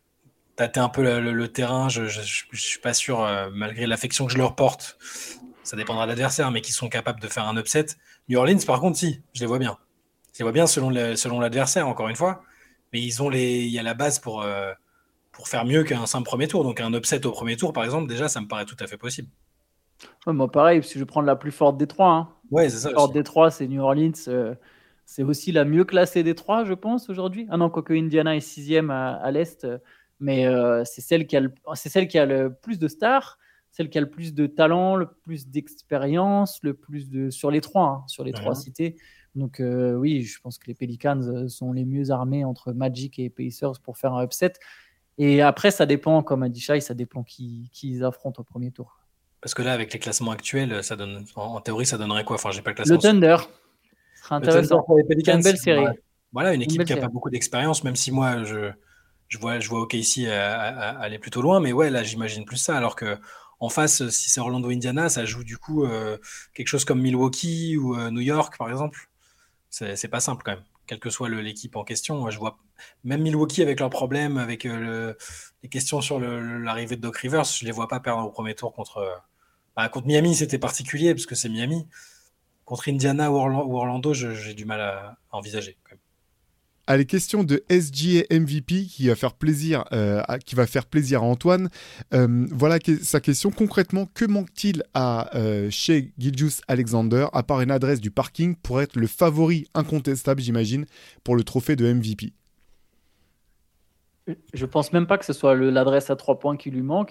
tâter un peu le, le, le terrain. Je, je, je, je suis pas sûr, euh, malgré l'affection que je leur porte, ça dépendra de l'adversaire, mais qu'ils sont capables de faire un upset. New Orleans, par contre, si, je les vois bien. Je les vois bien selon, le, selon l'adversaire, encore une fois. Mais ils ont les, il y a la base pour, euh, pour faire mieux qu'un simple premier tour. Donc un upset au premier tour, par exemple, déjà, ça me paraît tout à fait possible. Ouais, moi, pareil, si je vais prendre la plus forte des trois. Hein. Ouais, c'est ça. La plus forte des trois, c'est New Orleans. Euh... C'est aussi la mieux classée des trois, je pense, aujourd'hui. Ah non, quoique Indiana est sixième à, à l'Est, mais euh, c'est, celle qui a le, c'est celle qui a le plus de stars, celle qui a le plus de talent, le plus d'expérience, le plus de... sur les trois, hein, sur les mmh. trois cités. Donc euh, oui, je pense que les Pelicans sont les mieux armés entre Magic et Pacers pour faire un upset. Et après, ça dépend, comme a dit Shai, ça dépend qui, qui ils affrontent au premier tour. Parce que là, avec les classements actuels, ça donne, en, en théorie, ça donnerait quoi? Enfin, j'ai pas le classement. Le Thunder. Intéressant pour les Pelicans, une belle série. Voilà, une équipe une qui n'a série. pas beaucoup d'expérience, même si moi, je, je vois, je vois O K C aller plutôt loin, mais ouais, là, j'imagine plus ça. Alors que en face, si c'est Orlando-Indiana, ça joue du coup euh, quelque chose comme Milwaukee ou euh, New York, par exemple. C'est, c'est pas simple quand même, quelle que soit le, l'équipe en question. Je vois même Milwaukee avec leurs problèmes, avec euh, le, les questions sur le, l'arrivée de Doc Rivers, je les vois pas perdre au premier tour contre, euh, bah, contre Miami. C'était particulier parce que c'est Miami. Contre Indiana ou Orlando, je, j'ai du mal à, à envisager. Quand même. Allez, question de S G A M V P qui va faire plaisir, euh, à, qui va faire plaisir à Antoine. Euh, voilà que, sa question. Concrètement, que manque-t-il à euh, Shai Gilgeous-Alexander, à part une adresse du parking, pour être le favori incontestable, j'imagine, pour le trophée de M V P? Je pense même pas que ce soit le, l'adresse à trois points qui lui manque.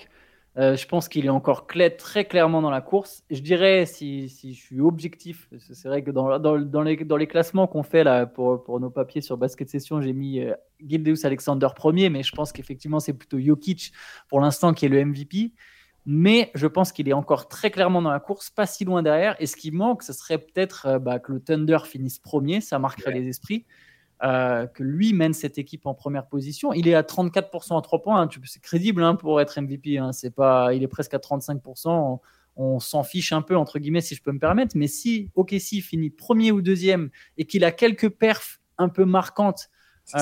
Euh, je pense qu'il est encore clé, très clairement dans la course. Je dirais, si, si je suis objectif, c'est vrai que dans, dans, dans, les, dans les classements qu'on fait là pour, pour nos papiers sur Basket Session, j'ai mis euh, Gilgeous-Alexander premier, mais je pense qu'effectivement, c'est plutôt Jokic pour l'instant qui est le M V P. Mais je pense qu'il est encore très clairement dans la course, pas si loin derrière. Et ce qui manque, ce serait peut-être euh, bah, que le Thunder finisse premier, ça marquerait ouais. les esprits. Euh, que lui mène cette équipe en première position. Il est à trente-quatre pour cent à trois points. Hein. C'est crédible hein, pour être M V P. Hein. C'est pas, il est presque à trente-cinq pour cent. On, on s'en fiche un peu, entre guillemets, si je peux me permettre. Mais si O K C finit premier ou deuxième et qu'il a quelques perfs un peu marquantes,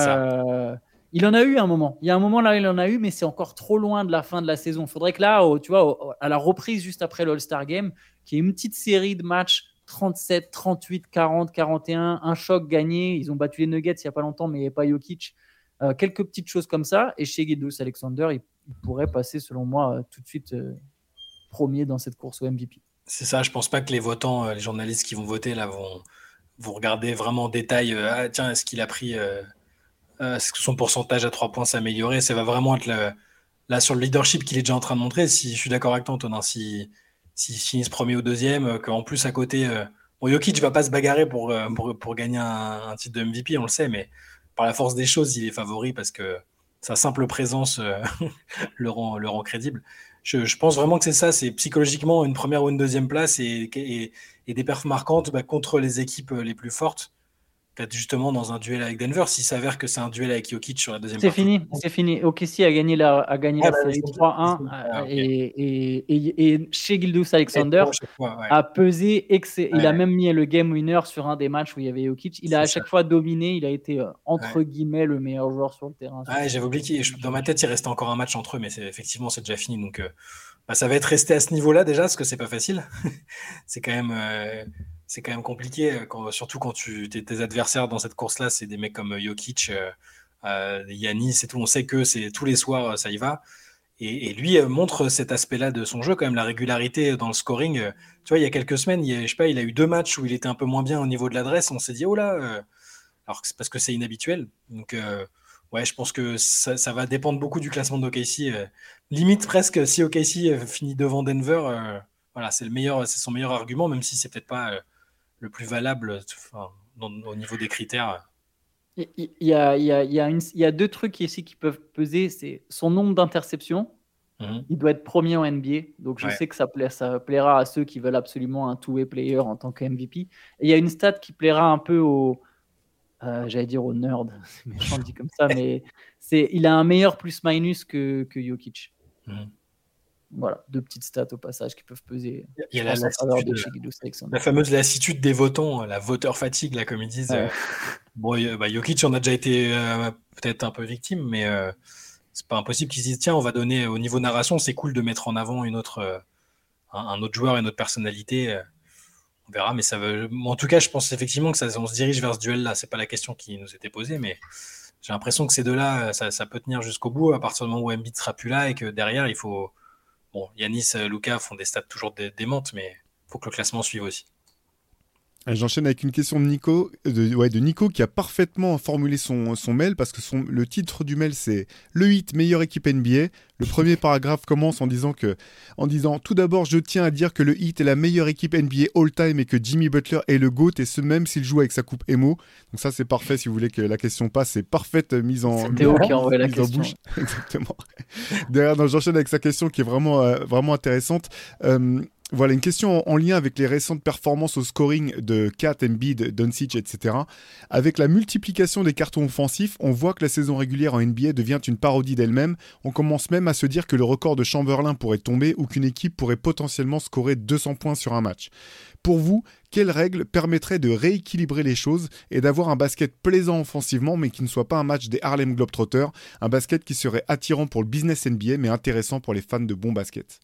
euh, il en a eu un moment. Il y a un moment là, il en a eu, mais c'est encore trop loin de la fin de la saison. Il faudrait que là, au, tu vois, au, à la reprise juste après l'All-Star Game, qu'il y ait une petite série de matchs trente-sept, trente-huit, quarante, quarante et un, un choc gagné. Ils ont battu les Nuggets il n'y a pas longtemps, mais il n'y avait pas Jokic. Euh, quelques petites choses comme ça. Et chez Gilgeous-Alexander, il, il pourrait passer, selon moi, euh, tout de suite euh, premier dans cette course au M V P. C'est ça, je ne pense pas que les votants, euh, les journalistes qui vont voter, là, vont, vont regarder vraiment en détail. Euh, ah, tiens, est-ce qu'il a pris. Euh, euh, est-ce que son pourcentage à trois points s'est amélioré ? Ça va vraiment être le, là sur le leadership qu'il est déjà en train de montrer. Si, je suis d'accord avec toi, Antonin. Si. S'ils finissent premier ou deuxième, qu'en plus à côté, euh, bon, Jokic ne va pas se bagarrer pour, euh, pour, pour gagner un, un titre de M V P, on le sait, mais par la force des choses, il est favori parce que sa simple présence euh, le, rend, le rend crédible. Je, je pense vraiment que c'est ça, c'est psychologiquement une première ou une deuxième place et, et, et des perfs marquantes bah, contre les équipes les plus fortes. Justement dans un duel avec Denver, s'il s'avère que c'est un duel avec Jokic sur la deuxième c'est partie. Fini, c'est fini. O K C a gagné la, a gagné ah, la bah, série trois un ah, okay. et, et, et, et chez Gilgeous-Alexander ouais. a pesé, ex- ouais. il a même mis le game winner sur un des matchs où il y avait Jokic. Il c'est a à ça. chaque fois dominé, il a été euh, entre ouais. guillemets le meilleur joueur sur le terrain. Ouais, j'avais oublié qu'il, dans ma tête, il restait encore un match entre eux, mais c'est, effectivement, c'est déjà fini. Donc, euh, bah, ça va être resté à ce niveau-là déjà, parce que c'est pas facile. c'est quand même. Euh, C'est quand même compliqué, quand, surtout quand tu, tes, tes adversaires dans cette course-là, c'est des mecs comme Jokic, euh, Giannis et tout. On sait que c'est tous les soirs, ça y va. Et, et lui euh, montre cet aspect-là de son jeu, quand même, la régularité dans le scoring. Euh, tu vois, il y a quelques semaines, il, y a, je sais pas, il a eu deux matchs où il était un peu moins bien au niveau de l'adresse. On s'est dit, oh là, euh, alors que c'est parce que c'est inhabituel. Donc, euh, ouais, je pense que ça, ça va dépendre beaucoup du classement d'O K C. Euh, limite presque, si O K C finit devant Denver, euh, voilà, c'est le meilleur, c'est son meilleur argument, même si c'est peut-être pas euh, le plus valable enfin, dans, au niveau des critères. Il y a, il y a, il y a, une, il y a deux trucs ici qui peuvent peser, c'est son nombre d'interceptions. Mm-hmm. Il doit être premier en N B A, donc je ouais. sais que ça, pla- ça plaira à ceux qui veulent absolument un two-way player en tant que M V P. Et il y a une stat qui plaira un peu aux, euh, j'allais dire aux nerds, c'est méchant dit comme ça, mais c'est, il a un meilleur plus-minus que, que Jokic. Mm-hmm. Voilà, deux petites stats au passage qui peuvent peser. Il y a la, lassitude, de la fameuse lassitude des votants, la voteur fatigue, là, comme ils disent. Ouais. Bon, bah, Jokic, on a déjà été euh, peut-être un peu victime, mais euh, c'est pas impossible qu'ils se disent tiens, on va donner au niveau narration, c'est cool de mettre en avant une autre, euh, un, un autre joueur, une autre personnalité. Euh, on verra, mais ça veut. En tout cas, je pense effectivement que ça, on se dirige vers ce duel-là. C'est pas la question qui nous était posée, mais j'ai l'impression que ces deux-là, ça, ça peut tenir jusqu'au bout à partir du moment où Embiid sera plus là et que derrière, il faut. Bon, Giannis, Luka font des stats toujours dé- démentes, mais il faut que le classement suive aussi. J'enchaîne avec une question de Nico, de, ouais, de Nico qui a parfaitement formulé son, son mail parce que son, le titre du mail c'est le Heat meilleure équipe N B A. Le premier paragraphe commence en disant que, en disant tout d'abord je tiens à dire que le Heat est la meilleure équipe N B A all time et que Jimmy Butler est le GOAT et ce même s'il joue avec sa coupe Emo. Donc ça c'est parfait si vous voulez que la question passe, c'est parfaite mise en, c'est Théo qui a envoyé la question. Bouche. Exactement. Derrière, donc, j'enchaîne avec sa question qui est vraiment, euh, vraiment intéressante. Euh, Voilà, une question en, en lien avec les récentes performances au scoring de Kat, Embiid, Doncic, et cetera. Avec la multiplication des cartons offensifs, on voit que la saison régulière en N B A devient une parodie d'elle-même. On commence même à se dire que le record de Chamberlain pourrait tomber ou qu'une équipe pourrait potentiellement scorer deux cents points sur un match. Pour vous, quelle règle permettrait de rééquilibrer les choses et d'avoir un basket plaisant offensivement mais qui ne soit pas un match des Harlem Globetrotters, un basket qui serait attirant pour le business N B A mais intéressant pour les fans de bon basket?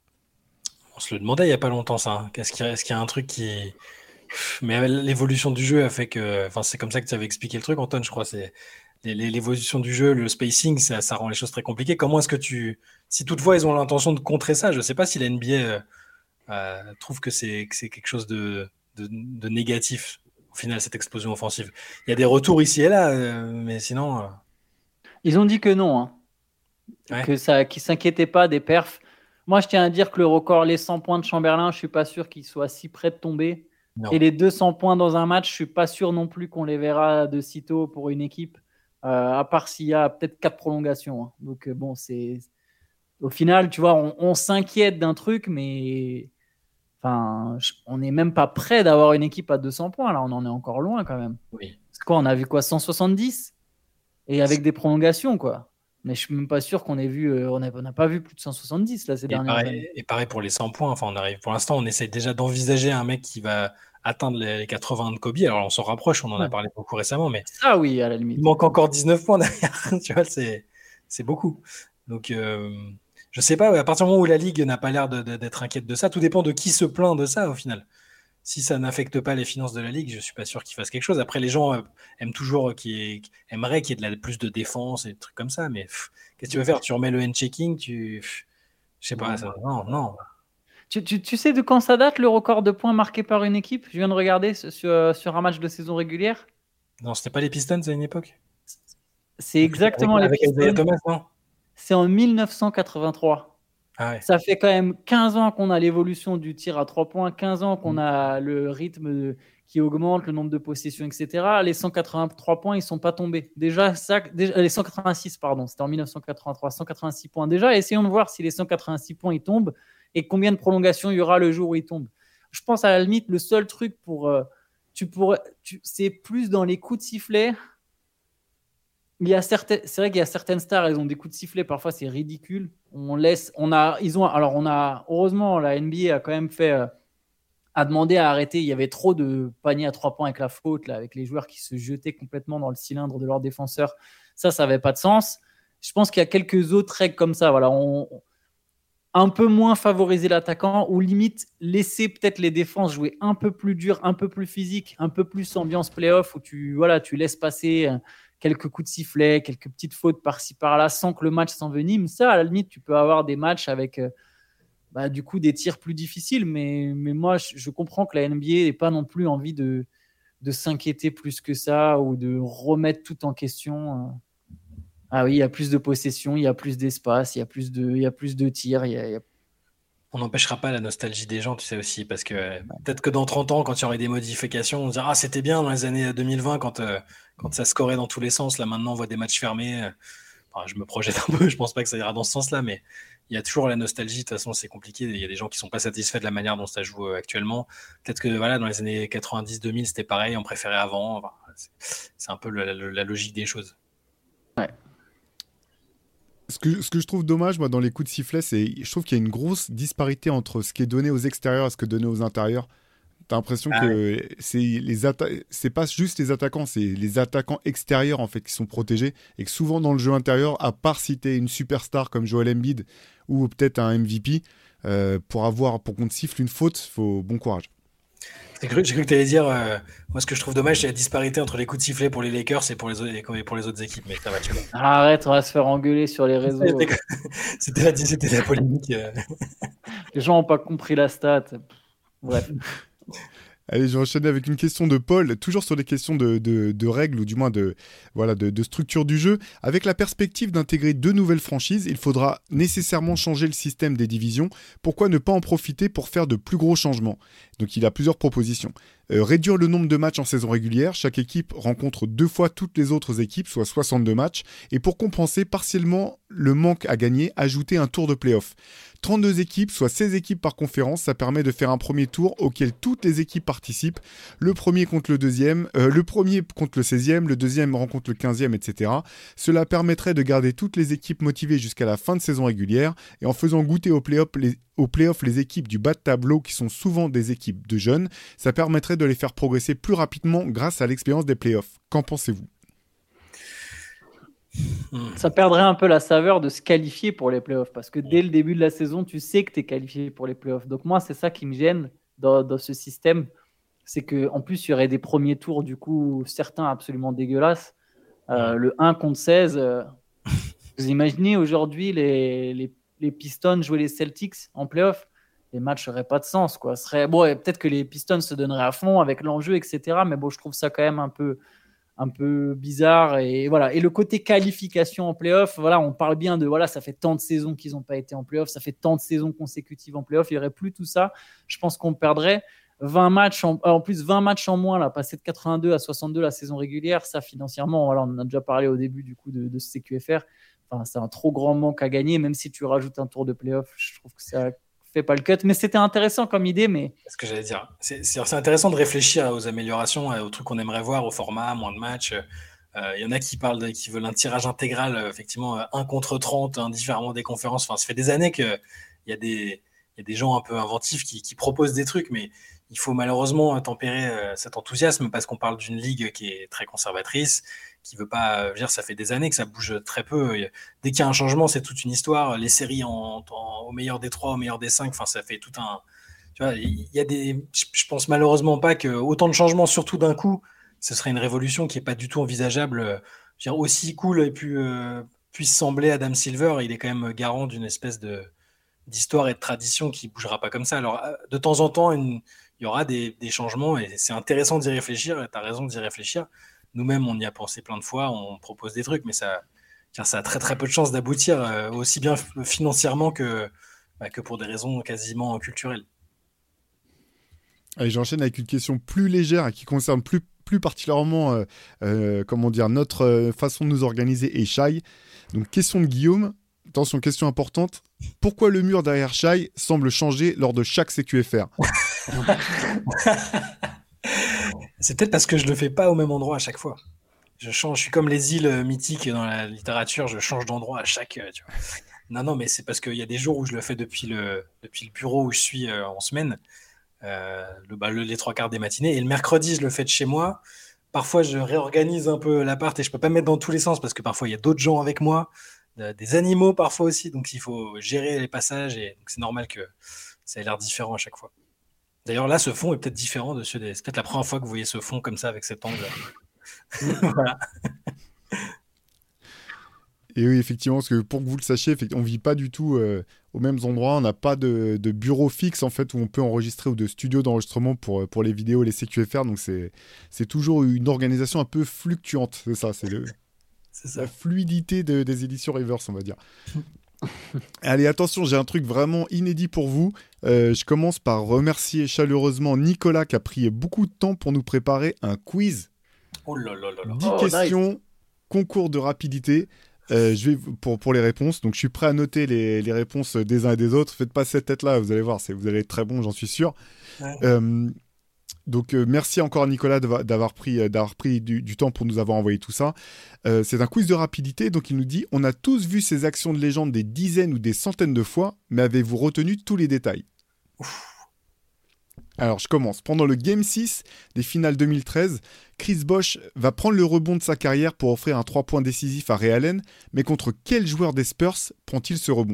On se le demandait il n'y a pas longtemps, ça. Est-ce qu'il y a, est-ce qu'il y a un truc qui... Mais l'évolution du jeu a fait que... Enfin, c'est comme ça que tu avais expliqué le truc, Antoine, je crois. C'est... L'évolution du jeu, le spacing, ça, ça rend les choses très compliquées. Comment est-ce que tu... Si toutefois, ils ont l'intention de contrer ça, je ne sais pas si la N B A euh, euh, trouve que c'est, que c'est quelque chose de, de, de négatif, au final, cette explosion offensive. Il y a des retours ici et là, euh, mais sinon... Euh... Ils ont dit que non, hein. Ouais. Que ça, qu'ils ne s'inquiétaient pas des perfs. Moi, je tiens à dire que le record, les cent points de Chamberlain, je ne suis pas sûr qu'il soit si près de tomber. Non. Et les deux cents points dans un match, je ne suis pas sûr non plus qu'on les verra de sitôt pour une équipe, euh, à part s'il y a peut-être quatre prolongations. Hein. Donc, euh, bon, c'est... Au final, tu vois, on, on s'inquiète d'un truc, mais enfin, je- on n'est même pas prêt d'avoir une équipe à deux cents points. Là, on en est encore loin quand même. Oui. C'est quoi, on a vu quoi, cent soixante-dix et avec des prolongations, quoi. Mais je suis même pas sûr qu'on ait vu, euh, on n'a on n'a pas vu plus de cent soixante-dix là ces Et dernières pareil, années. et pareil pour les cent points. Enfin, on arrive, pour l'instant, on essaie déjà d'envisager un mec qui va atteindre les les quatre-vingts de Kobe. Alors, on s'en rapproche, on en a Ouais. parlé beaucoup récemment, mais Ça, oui, à la il limite. manque encore dix-neuf points derrière. Tu vois, c'est, c'est beaucoup. Donc, euh, je sais pas, à partir du moment où la Ligue n'a pas l'air de- de- d'être inquiète de ça, tout dépend de qui se plaint de ça au final. Si ça n'affecte pas les finances de la Ligue, je suis pas sûr qu'ils fassent quelque chose. Après, les gens euh, aiment toujours, euh, qu'il y ait- aimeraient qu'il y ait de la, plus de défense et des trucs comme ça, mais pff, qu'est-ce que tu veux faire? Tu remets le hand-checking, tu. pff, Je sais pas, Non. ça- non, non. Tu, tu- tu sais de quand ça date le record de points marqués par une équipe? Je viens de regarder sur, sur- sur un match de saison régulière. Non, c'était pas les Pistons à une époque? C'est Avec, exactement les avec Isaiah Pistons. Thomas, non? C'est en mille neuf cent quatre-vingt-trois. Ah ouais. Ça fait quand même quinze ans qu'on a l'évolution du tir à trois points, quinze ans qu'on a le rythme de- qui augmente, le nombre de possessions, et cetera. Les cent quatre-vingt-trois points, ils ne sont pas tombés. Déjà, ça, déjà, les cent quatre-vingt-six, pardon, c'était en mille neuf cent quatre-vingt-trois, cent quatre-vingt-six points. Déjà, essayons de voir si les cent quatre-vingt-six points, ils tombent et combien de prolongations il y aura le jour où ils tombent. Je pense à la limite, le seul truc pour... euh, tu pourrais, tu, c'est plus dans les coups de sifflet. Il y a certaines, c'est vrai qu'il y a certaines stars, elles ont des coups de sifflet, parfois c'est ridicule. On laisse, on a, ils ont, alors on a, heureusement, la N B A a quand même fait, euh, a demandé à arrêter. Il y avait trop de paniers à trois points avec la faute, là, avec les joueurs qui se jetaient complètement dans le cylindre de leurs défenseurs. Ça, ça n'avait pas de sens. Je pense qu'il y a quelques autres règles comme ça. Voilà, on, un peu moins favoriser l'attaquant ou limite laisser peut-être les défenses jouer un peu plus dur, un peu plus physique, un peu plus ambiance playoff où tu, voilà, tu laisses passer euh, quelques coups de sifflet, quelques petites fautes par-ci par-là sans que le match s'envenime. Ça, à la limite, tu peux avoir des matchs avec euh, bah, du coup des tirs plus difficiles. Mais, mais moi, je, je comprends que la N B A n'ait pas non plus envie de, de s'inquiéter plus que ça ou de remettre tout en question. euh. Ah oui, il y a plus de possession, il y a plus d'espace, il y a plus de, il y a plus de tirs, il y a, il y a On n'empêchera pas la nostalgie des gens, tu sais aussi, parce que euh, peut-être que dans trente ans, quand il y aurait des modifications, on se dira ah c'était bien dans les années deux mille vingt quand, euh, quand ça scorait dans tous les sens. Là maintenant, on voit des matchs fermés. Enfin, je me projette un peu, je pense pas que ça ira dans ce sens-là, mais il y a toujours la nostalgie. De toute façon, c'est compliqué. Il y a des gens qui sont pas satisfaits de la manière dont ça joue euh, actuellement. Peut-être que voilà, dans les années quatre-vingt-dix deux mille, c'était pareil, on préférait avant. Enfin, c'est, c'est un peu la, la- la logique des choses. Ce que, ce que je trouve dommage, moi, dans les coups de sifflet, c'est je trouve qu'il y a une grosse disparité entre ce qui est donné aux extérieurs et ce qui est donné aux intérieurs. T'as l'impression Ah que c'est les atta- c'est pas juste les attaquants, c'est les attaquants extérieurs en fait qui sont protégés et que souvent dans le jeu intérieur, à part si t'es une superstar comme Joel Embiid ou peut-être un M V P, euh, pour avoir pour qu'on te siffle une faute, faut bon courage. J'ai cru, j'ai cru que tu allais dire, euh, moi ce que je trouve dommage, c'est la disparité entre les coups de sifflet pour les Lakers et pour les, autres- et pour les autres équipes. Mais ça va, tu vois. Arrête, on va se faire engueuler sur les réseaux. C'était, c'était la, c'était la polémique. euh. Les gens n'ont pas compris la stat. Bref. Allez, je vais enchaîner avec une question de Paul, toujours sur les questions de, de- de règles ou du moins de, voilà, de, de structure du jeu. Avec la perspective d'intégrer deux nouvelles franchises, il faudra nécessairement changer le système des divisions. Pourquoi ne pas en profiter pour faire de plus gros changements? Donc il a plusieurs propositions. Euh, réduire le nombre de matchs en saison régulière. Chaque équipe rencontre deux fois toutes les autres équipes, soit soixante-deux matchs. Et pour compenser partiellement le manque à gagner, ajouter un tour de play-off. trente-deux équipes, soit seize équipes par conférence, ça permet de faire un premier tour auquel toutes les équipes participent. Le premier contre le deuxième, euh, le premier contre le seizième, le deuxième rencontre le quinzième, et cetera. Cela permettrait de garder toutes les équipes motivées jusqu'à la fin de saison régulière et en faisant goûter au play-off les, au play-off les équipes du bas de tableau qui sont souvent des équipes de jeunes, ça permettrait de les faire progresser plus rapidement grâce à l'expérience des play-offs. Qu'en pensez-vous ? Ça perdrait un peu la saveur de se qualifier pour les playoffs parce que dès le début de la saison, tu sais que tu es qualifié pour les playoffs. Donc moi, c'est ça qui me gêne dans, dans ce système. C'est qu'en plus, il y aurait des premiers tours, du coup, certains absolument dégueulasses. Euh, le un contre seize, euh, vous imaginez aujourd'hui les, les, les Pistons jouer les Celtics en playoffs, les matchs n'auraient pas de sens, quoi. Ce serait, bon, et peut-être que les Pistons se donneraient à fond avec l'enjeu, et cetera. Mais bon, je trouve ça quand même un peu, un peu bizarre. Et voilà. Et le côté qualification en play-off, voilà, on parle bien de voilà, ça fait tant de saisons qu'ils n'ont pas été en play-off, ça fait tant de saisons consécutives en play-off, il n'y aurait plus tout ça. Je pense qu'on perdrait vingt matchs en, en plus vingt matchs en moins là, passer de quatre-vingt-deux à soixante-deux la saison régulière, ça financièrement, voilà, on en a déjà parlé au début du coup de, de ce C Q F R. Enfin, c'est un trop grand manque à gagner, même si tu rajoutes un tour de play-off, je trouve que ça fait pas le cut. Mais c'était intéressant comme idée, mais c'est ce que j'allais dire. C'est, c'est, c'est intéressant de réfléchir aux améliorations, aux trucs qu'on aimerait voir, au format, moins de matchs. Il euh, y en a qui parlent, de, qui veulent un tirage intégral, euh, effectivement, un contre trente, indifféremment des conférences. Enfin, ça fait des années que il y a des il y a des gens un peu inventifs qui, qui proposent des trucs, mais il faut malheureusement tempérer euh, cet enthousiasme parce qu'on parle d'une ligue qui est très conservatrice, qui veut pas euh, dire ça fait des années que ça bouge très peu. Dès qu'il y a un changement, c'est toute une histoire. Les séries en, en, au meilleur des trois, au meilleur des cinq, enfin ça fait tout un. Tu vois, il y a des. Je pense malheureusement pas que autant de changements, surtout d'un coup, ce serait une révolution qui est pas du tout envisageable. Je veux dire, aussi cool et puis euh, puisse sembler Adam Silver, il est quand même garant d'une espèce de d'histoire et de tradition qui bougera pas comme ça. Alors de temps en temps, une, il y aura des, des changements et c'est intéressant d'y réfléchir. Et tu as raison d'y réfléchir. Nous-mêmes, on y a pensé plein de fois, on propose des trucs, mais ça, ça a très très peu de chances d'aboutir, euh, aussi bien financièrement que, bah, que pour des raisons quasiment culturelles. Allez, j'enchaîne avec une question plus légère qui concerne plus, plus particulièrement euh, euh, comment dire, notre euh, façon de nous organiser et Shai. Donc, question de Guillaume. Attention, question importante. Pourquoi le mur derrière Shai semble changer lors de chaque C Q F R? C'est peut-être parce que je le fais pas au même endroit à chaque fois. Je change, je suis comme les îles mythiques dans la littérature, je change d'endroit à chaque. Tu vois. Non, non, mais c'est parce qu'il y a des jours où je le fais depuis le, depuis le bureau où je suis euh, en semaine, euh, le, bah, le, les trois quarts des matinées. Et le mercredi, je le fais de chez moi. Parfois, je réorganise un peu l'appart et je peux pas me mettre dans tous les sens parce que parfois, il y a d'autres gens avec moi, des animaux parfois aussi. Donc, il faut gérer les passages et donc, c'est normal que ça ait l'air différent à chaque fois. D'ailleurs, là, ce fond est peut-être différent de ceux des... C'est peut-être la première fois que vous voyez ce fond comme ça, avec cet angle. Voilà. Et oui, effectivement, parce que pour que vous le sachiez, on ne vit pas du tout euh, aux mêmes endroits. On n'a pas de, de bureau fixe, en fait, où on peut enregistrer ou de studio d'enregistrement pour, pour les vidéos, les C Q F R. Donc, c'est, c'est toujours une organisation un peu fluctuante. C'est ça, c'est, le, c'est ça. La fluidité de, des éditions Reverse, on va dire. Allez, attention, j'ai un truc vraiment inédit pour vous. Euh, je commence par remercier chaleureusement Nicolas qui a pris beaucoup de temps pour nous préparer un quiz. Oh là là là là. dix oh, questions, nice. Concours de rapidité. Euh, je vais pour, pour les réponses. Donc, je suis prêt à noter les, les réponses des uns et des autres. Faites pas cette tête-là, vous allez voir, c'est, vous allez être très bon, j'en suis sûr. Ouais. Euh, Donc, euh, merci encore à Nicolas d'avoir, d'avoir pris, euh, d'avoir pris du, du temps pour nous avoir envoyé tout ça. Euh, c'est un quiz de rapidité, donc il nous dit « On a tous vu ces actions de légende des dizaines ou des centaines de fois, mais avez-vous retenu tous les détails ?» Alors, je commence. Pendant le Game six des finales deux mille treize, Chris Bosh va prendre le rebond de sa carrière pour offrir un trois points décisif à Ray Allen, mais contre quel joueur des Spurs prend-il ce rebond ?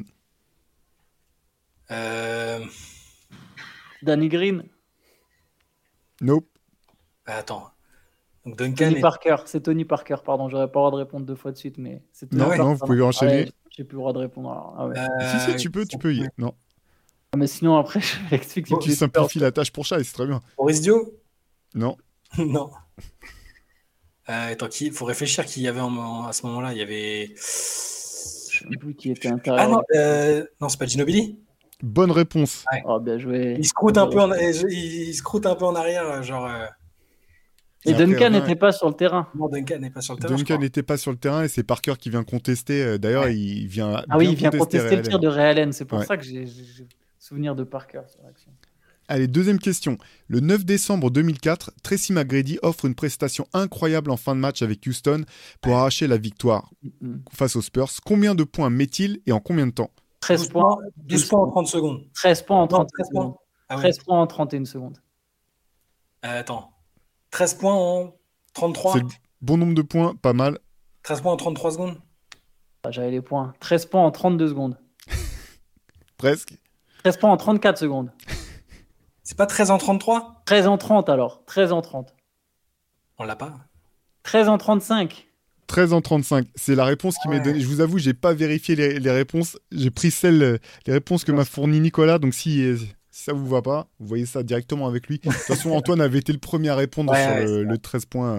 euh... Danny Green. Nope. Attends. Donc Duncan Tony est... Parker, c'est Tony Parker, pardon, j'aurais pas le droit de répondre deux fois de suite, mais c'est Tony Non, Parker. non, vous pouvez enchaîner. Ah ouais, j'ai plus le droit de répondre. Alors. Ah ouais. Euh... Si, si, tu peux, tu peux y. Non. Ah, mais sinon, après, je l'explique. Bon, tu simplifies la tâche pour Shai, c'est très bien. Boris Dio ? Non. Non. Euh, attends, il faut réfléchir qui y avait en, en, à ce moment-là. Il y avait... Je sais plus qui était intérieur. Ah non, euh... non c'est pas Ginobili ? Bonne réponse. Ouais. Oh, bien joué. Il scroute un peu en, il scroute un peu en arrière, genre. Euh... Et, et Duncan n'était rien... pas sur le terrain. Non, Duncan n'est pas sur le terrain. Duncan n'était pas sur le terrain et c'est Parker qui vient contester. D'ailleurs, ouais. il vient. Ah oui, il vient contester, contester le tir de Ray Allen. C'est pour ouais. ça que j'ai, j'ai souvenir de Parker sur l'action. Allez, deuxième question. Le neuf décembre deux mille quatre, Tracy McGrady offre une prestation incroyable en fin de match avec Houston pour ouais. arracher la victoire mm-hmm. face aux Spurs. Combien de points met-il et en combien de temps ? treize points. douze points en trente secondes. treize points en trente non, secondes. Ah ouais. treize points en trente et une secondes. Euh, attends. treize points en trente-trois. C'est le bon nombre de points, pas mal. treize points en trente-trois secondes. Ah, j'avais les points. treize points en trente-deux secondes. Presque. treize points en trente-quatre secondes. C'est pas treize en trente-trois ? treize en trente alors. treize en trente. On l'a pas. treize en trente-cinq. treize en trente-cinq. C'est la réponse qui ouais. m'est donnée. Je vous avoue, j'ai pas vérifié les, les réponses. J'ai pris celles, les réponses que m'a fourni Nicolas. Donc si, si ça vous va pas, vous voyez ça directement avec lui. De toute façon, Antoine avait été le premier à répondre ouais, sur ouais, le, le treize points.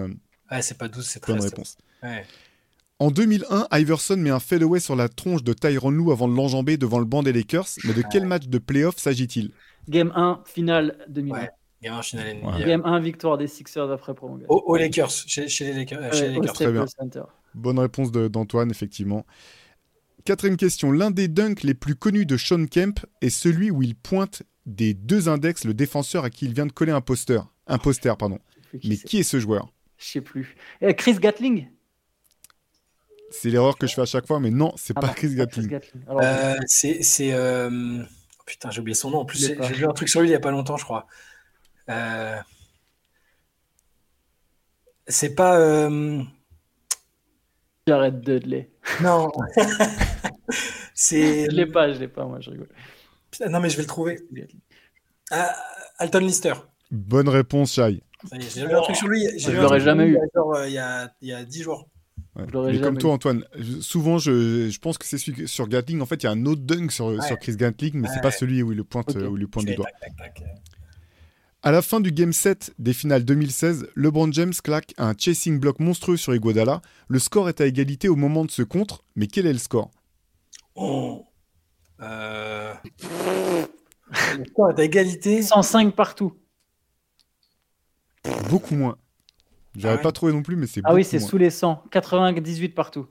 Ouais, c'est pas douze, c'est Bonne treize. réponse. Ouais. En deux mille un, Iverson met un fadeaway sur la tronche de Tyronn Lue avant de l'enjamber devant le banc des Lakers. Mais de quel match de playoff s'agit-il? Game un, finale deux mille un. Ouais. Gamin finale N B A. Ouais. Game un, victoire des Sixers après prolongation. Aux, aux Lakers, chez, chez les Lakers. euh, chez Ouais, les au Lakers. Très bien. Staples Center. Bonne réponse de- d'Antoine, effectivement. Quatrième question. L'un des dunks les plus connus de Shawn Kemp est celui où il pointe des deux index le défenseur à qui il vient de coller un poster. Un poster, pardon. Je sais plus qui Mais c'est. qui est ce joueur? Je sais plus. Euh, Chris Gatling. C'est l'erreur que je fais à chaque fois, mais non, c'est Ah pas non, Chris c'est pas Gatling. Gatling. Alors, Euh, c'est. c'est euh... oh, putain, j'ai oublié son nom. En plus, Je l'ai j'ai pas. j'ai vu un truc sur lui il y a pas longtemps, je crois. Euh... C'est pas. euh, Jared Dudley. Non. c'est. Je l'ai pas, je l'ai pas, moi, je rigole. Putain, non, mais je vais le trouver. Chris Gatling. Ah, Alton Lister. Bonne réponse, Shai. Ça y est, J'ai vu un truc sur lui. j'ai Je vu un l'aurais truc sur jamais lui eu. Il y a, genre, euh, il y a, il y a dix jours. Ouais. Je l'aurais Mais comme jamais toi, eu. Antoine, je- souvent, je, je pense que c'est celui que- sur Gatling. En fait, il y a un autre dunk sur, Ouais. sur Chris Gatling, mais Ouais, c'est pas ouais. celui où il le pointe, Ok. euh, où il le pointe Tu du fais doigt. tac, tac, tac. À la fin du Game sept des finales deux mille seize, LeBron James claque un chasing block monstrueux sur Iguodala. Le score est à égalité au moment de ce contre, mais quel est le score? Oh. Euh... Le score est à égalité. cent cinq partout. Beaucoup moins. J'aurais Ah ouais. pas trouvé non plus, mais c'est Ah oui, beaucoup c'est moins. sous les cent. quatre-vingt-dix-huit partout.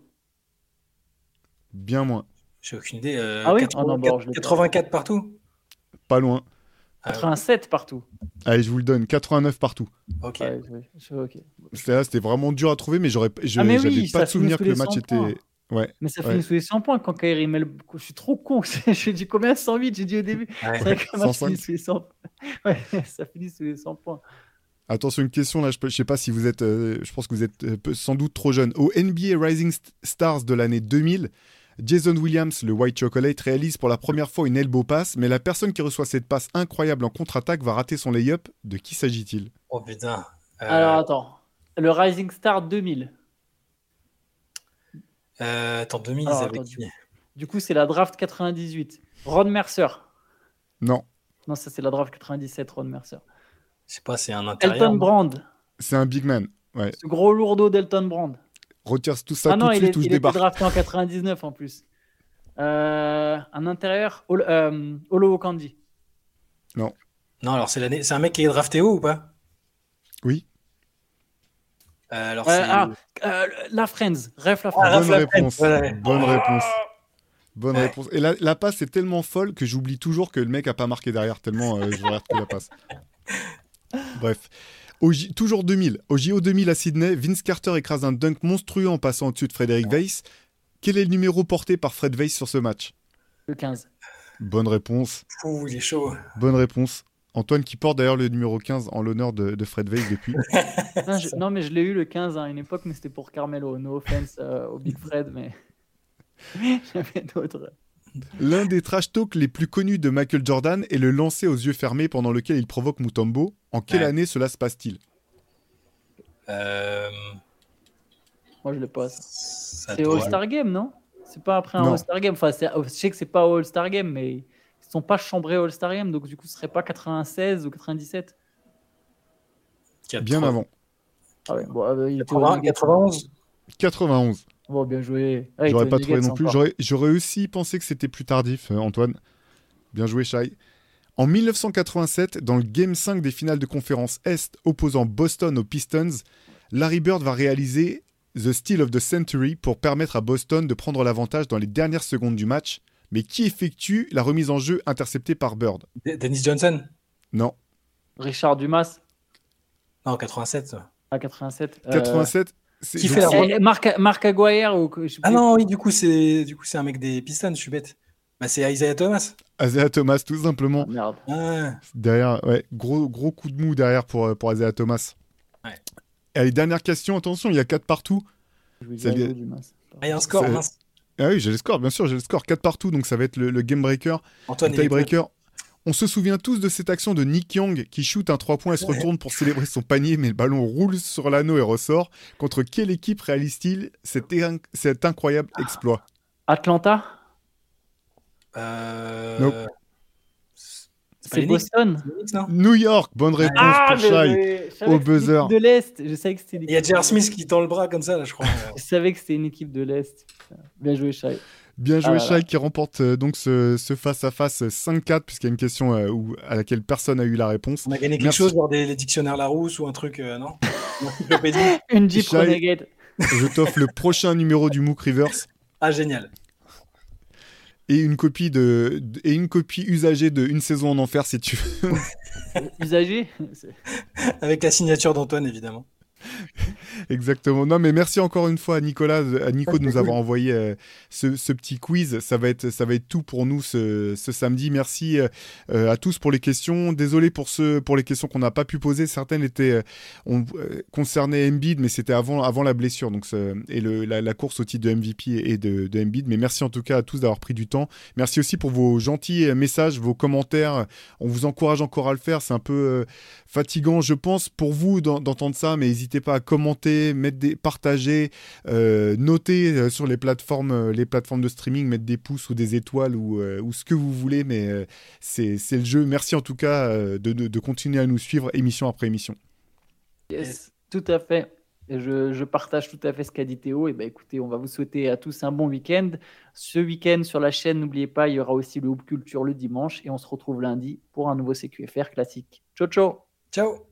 Bien moins. J'ai aucune idée. euh, Ah oui quatre-vingts- Ah non, bon, je l'ai pas. quatre-vingt-quatre partout. Pas loin. Ah, quatre-vingt-sept partout. Allez, je vous le donne. quatre-vingt-neuf partout. ok. Ouais, ouais, je- ok. C'était là, c'était vraiment dur à trouver, mais j'aurais, je, Ah, mais j'avais oui, pas ça de souvenir que finit le sous les match cent était. points. Ouais. Mais ça Ouais. finit sous les cent points quand Kyrie met le. Je suis trop con. J'ai dit combien? cent huit, j'ai dit au début. Ouais. C'est vrai que le match cent cinq. finit sous les cent points. Ouais, ça finit sous les cent points. Attention, une question là, je, peux- je sais pas si vous êtes, euh, je pense que vous êtes euh, peu- sans doute trop jeune. Au N B A Rising St- Stars de l'année deux mille, Jason Williams, le White Chocolate, réalise pour la première fois une elbow pass, mais la personne qui reçoit cette passe incroyable en contre-attaque va rater son lay-up. De qui s'agit-il? Oh putain. Euh, Alors attends. Le Rising Star deux mille. euh, attends, deux mille, Alors, ils avaient attends, qui? Du coup, c'est la draft quatre-vingt-dix-huit. Ron Mercer. Non, Non, ça c'est la draft quatre-vingt-dix-sept, Ron Mercer. Je sais pas, c'est un intérieur. Elton non Brand. c'est un big man. Ouais. Ce gros lourdeau d'Elton Brand. Retire tout ça Ah tout non, de il, suite est, ou je il était débarque. drafté en quatre-vingt-dix-neuf en plus. Euh, un intérieur, Olo euh, Olo Okandi. Non, alors c'est l'année. C'est un mec qui est drafté haut ou pas? Oui. Euh, alors Euh, c'est. ah, euh, La Friends, Ref La Ah, Friends. Raph Bonne Lafrenière, réponse. voilà. Bonne réponse. Bonne Ouais. réponse. Et la, la passe est tellement folle que j'oublie toujours que le mec a pas marqué derrière, tellement euh, je regarde que la passe. Bref. Au J- toujours deux mille. Au J O deux mille à Sydney, Vince Carter écrase un dunk monstrueux en passant au-dessus de Frédéric Weiss. Quel est le numéro porté par Fred Weiss sur ce match? Le quinze. Bonne réponse. Ouh, il est chaud. Bonne réponse. Antoine qui porte d'ailleurs le numéro quinze en l'honneur de, de Fred Weiss depuis. Non, je- non, mais je l'ai eu le quinze à une époque, mais c'était pour Carmelo. No offense euh, au Big Fred, mais j'avais d'autres. L'un des trash talk les plus connus de Michael Jordan est le lancer aux yeux fermés pendant lequel il provoque Mutombo. En quelle Ouais. année cela se passe-t-il? Euh, Moi, je l'ai pas. ça. ça C'est doit- All-Star Game, non? C'est pas après un Non. All-Star Game. Enfin, c'est- je sais que c'est pas All-Star Game, mais ils sont pas chambrés au All-Star Game, donc du coup, ce serait pas quatre-vingt-seize ou quatre-vingt-dix-sept. Bien avant. Ah ouais, bon, euh, il était aux quatre-vingts, Nuggets. quatre-vingt-onze. quatre-vingt-onze. Bon, bien joué. Ah, il J'aurais était pas aux trouvé Nuggets non plus. encore. J'aurais, j'aurais aussi pensé que c'était plus tardif, euh, Antoine. Bien joué, Shai. En mille neuf cent quatre-vingt-sept, dans le Game cinq des finales de conférence Est opposant Boston aux Pistons, Larry Bird va réaliser The Steal of the Century pour permettre à Boston de prendre l'avantage dans les dernières secondes du match. Mais qui effectue la remise en jeu interceptée par Bird? D- Dennis Johnson? Non. Richard Dumas Non, quatre-vingt-sept. ça. à quatre-vingt-sept. Euh, quatre-vingt-sept. c'est- qui donc fait la c'est- remise eh, Marc, Marc Aguirre ou je sais Ah plus. non, oui, du coup, c'est du coup c'est un mec des Pistons, je suis bête. Bah, c'est Isaiah Thomas. Isaiah Thomas, tout Ah, simplement. merde. Ah, Derrière, ouais, gros, gros coup de mou derrière pour, euh, pour Isaiah Thomas. Ouais. Et allez, dernière question, attention, il y a quatre partout. Je vais Ça dire vient- Dumas. Ah, il y a un score, C'est- mince. Ah oui, j'ai le score, bien sûr, j'ai le score. quatre partout, donc ça va être le, le game breaker, Antoine, le il est tiebreaker. On se souvient tous de cette action de Nick Young qui shoot un trois points et se retourne pour célébrer son panier, mais le ballon roule sur l'anneau et ressort. Contre quelle équipe réalise-t-il cet, in- cet incroyable exploit? Atlanta. Euh... Nope. C'est Boston. New York, bonne réponse Ah, pour je- Shai. je savais Au que c'était une buzzer. équipe de l'Est. Je savais que c'était une Il y a équipe de J R. Smith qui tend le bras comme ça, là, je crois. Je savais que c'était une équipe de l'Est. Putain. Bien joué, Shai. Bien joué, Ah là Shai, là. qui remporte euh, donc ce ce face-à-face cinq quatre, puisqu'il y a une question euh, où- à laquelle personne n'a eu la réponse. On a gagné quelque Merci. chose, genre des les dictionnaires Larousse ou un truc, euh, non Une encyclopédie. Une Jeep Shai. Renegade. Je t'offre le prochain numéro du MOOC Reverse Ah, génial. et une copie de de- et une copie usagée de Une saison en enfer si tu veux. Usagé. C'est- Avec la signature d'Antoine, évidemment. Exactement. Non, mais merci encore une fois à Nicolas, à Nico de nous C'était avoir cool. envoyé euh, ce, ce petit quiz. Ça va être, ça va être tout pour nous ce, ce samedi. Merci euh, euh, à tous pour les questions. Désolé pour ceux, pour les questions qu'on n'a pas pu poser. Certaines étaient, euh, on, euh, concernaient Embiid, mais c'était avant, avant la blessure, donc ce- et le, la, la course au titre de M V P et de, de Embiid. Mais merci en tout cas à tous d'avoir pris du temps. Merci aussi pour vos gentils euh, messages, vos commentaires. On vous encourage encore à le faire. C'est un peu euh, fatigant, je pense, pour vous d'en- d'entendre ça, mais n'hésitez pas à commenter, mettre des, partager, euh, noter euh, sur les plateformes, euh, les plateformes de streaming, mettre des pouces ou des étoiles ou, euh, ou ce que vous voulez, mais euh, c'est c'est le jeu. Merci en tout cas euh, de, de, de continuer à nous suivre émission après émission. Yes, tout à fait. Et Je, je partage tout à fait ce qu'a dit Théo. Et ben écoutez, on va vous souhaiter à tous un bon week-end. Ce week-end sur la chaîne, n'oubliez pas, il y aura aussi le Hoop Culture le dimanche et on se retrouve lundi pour un nouveau C Q F R classique. Ciao, ciao. Ciao.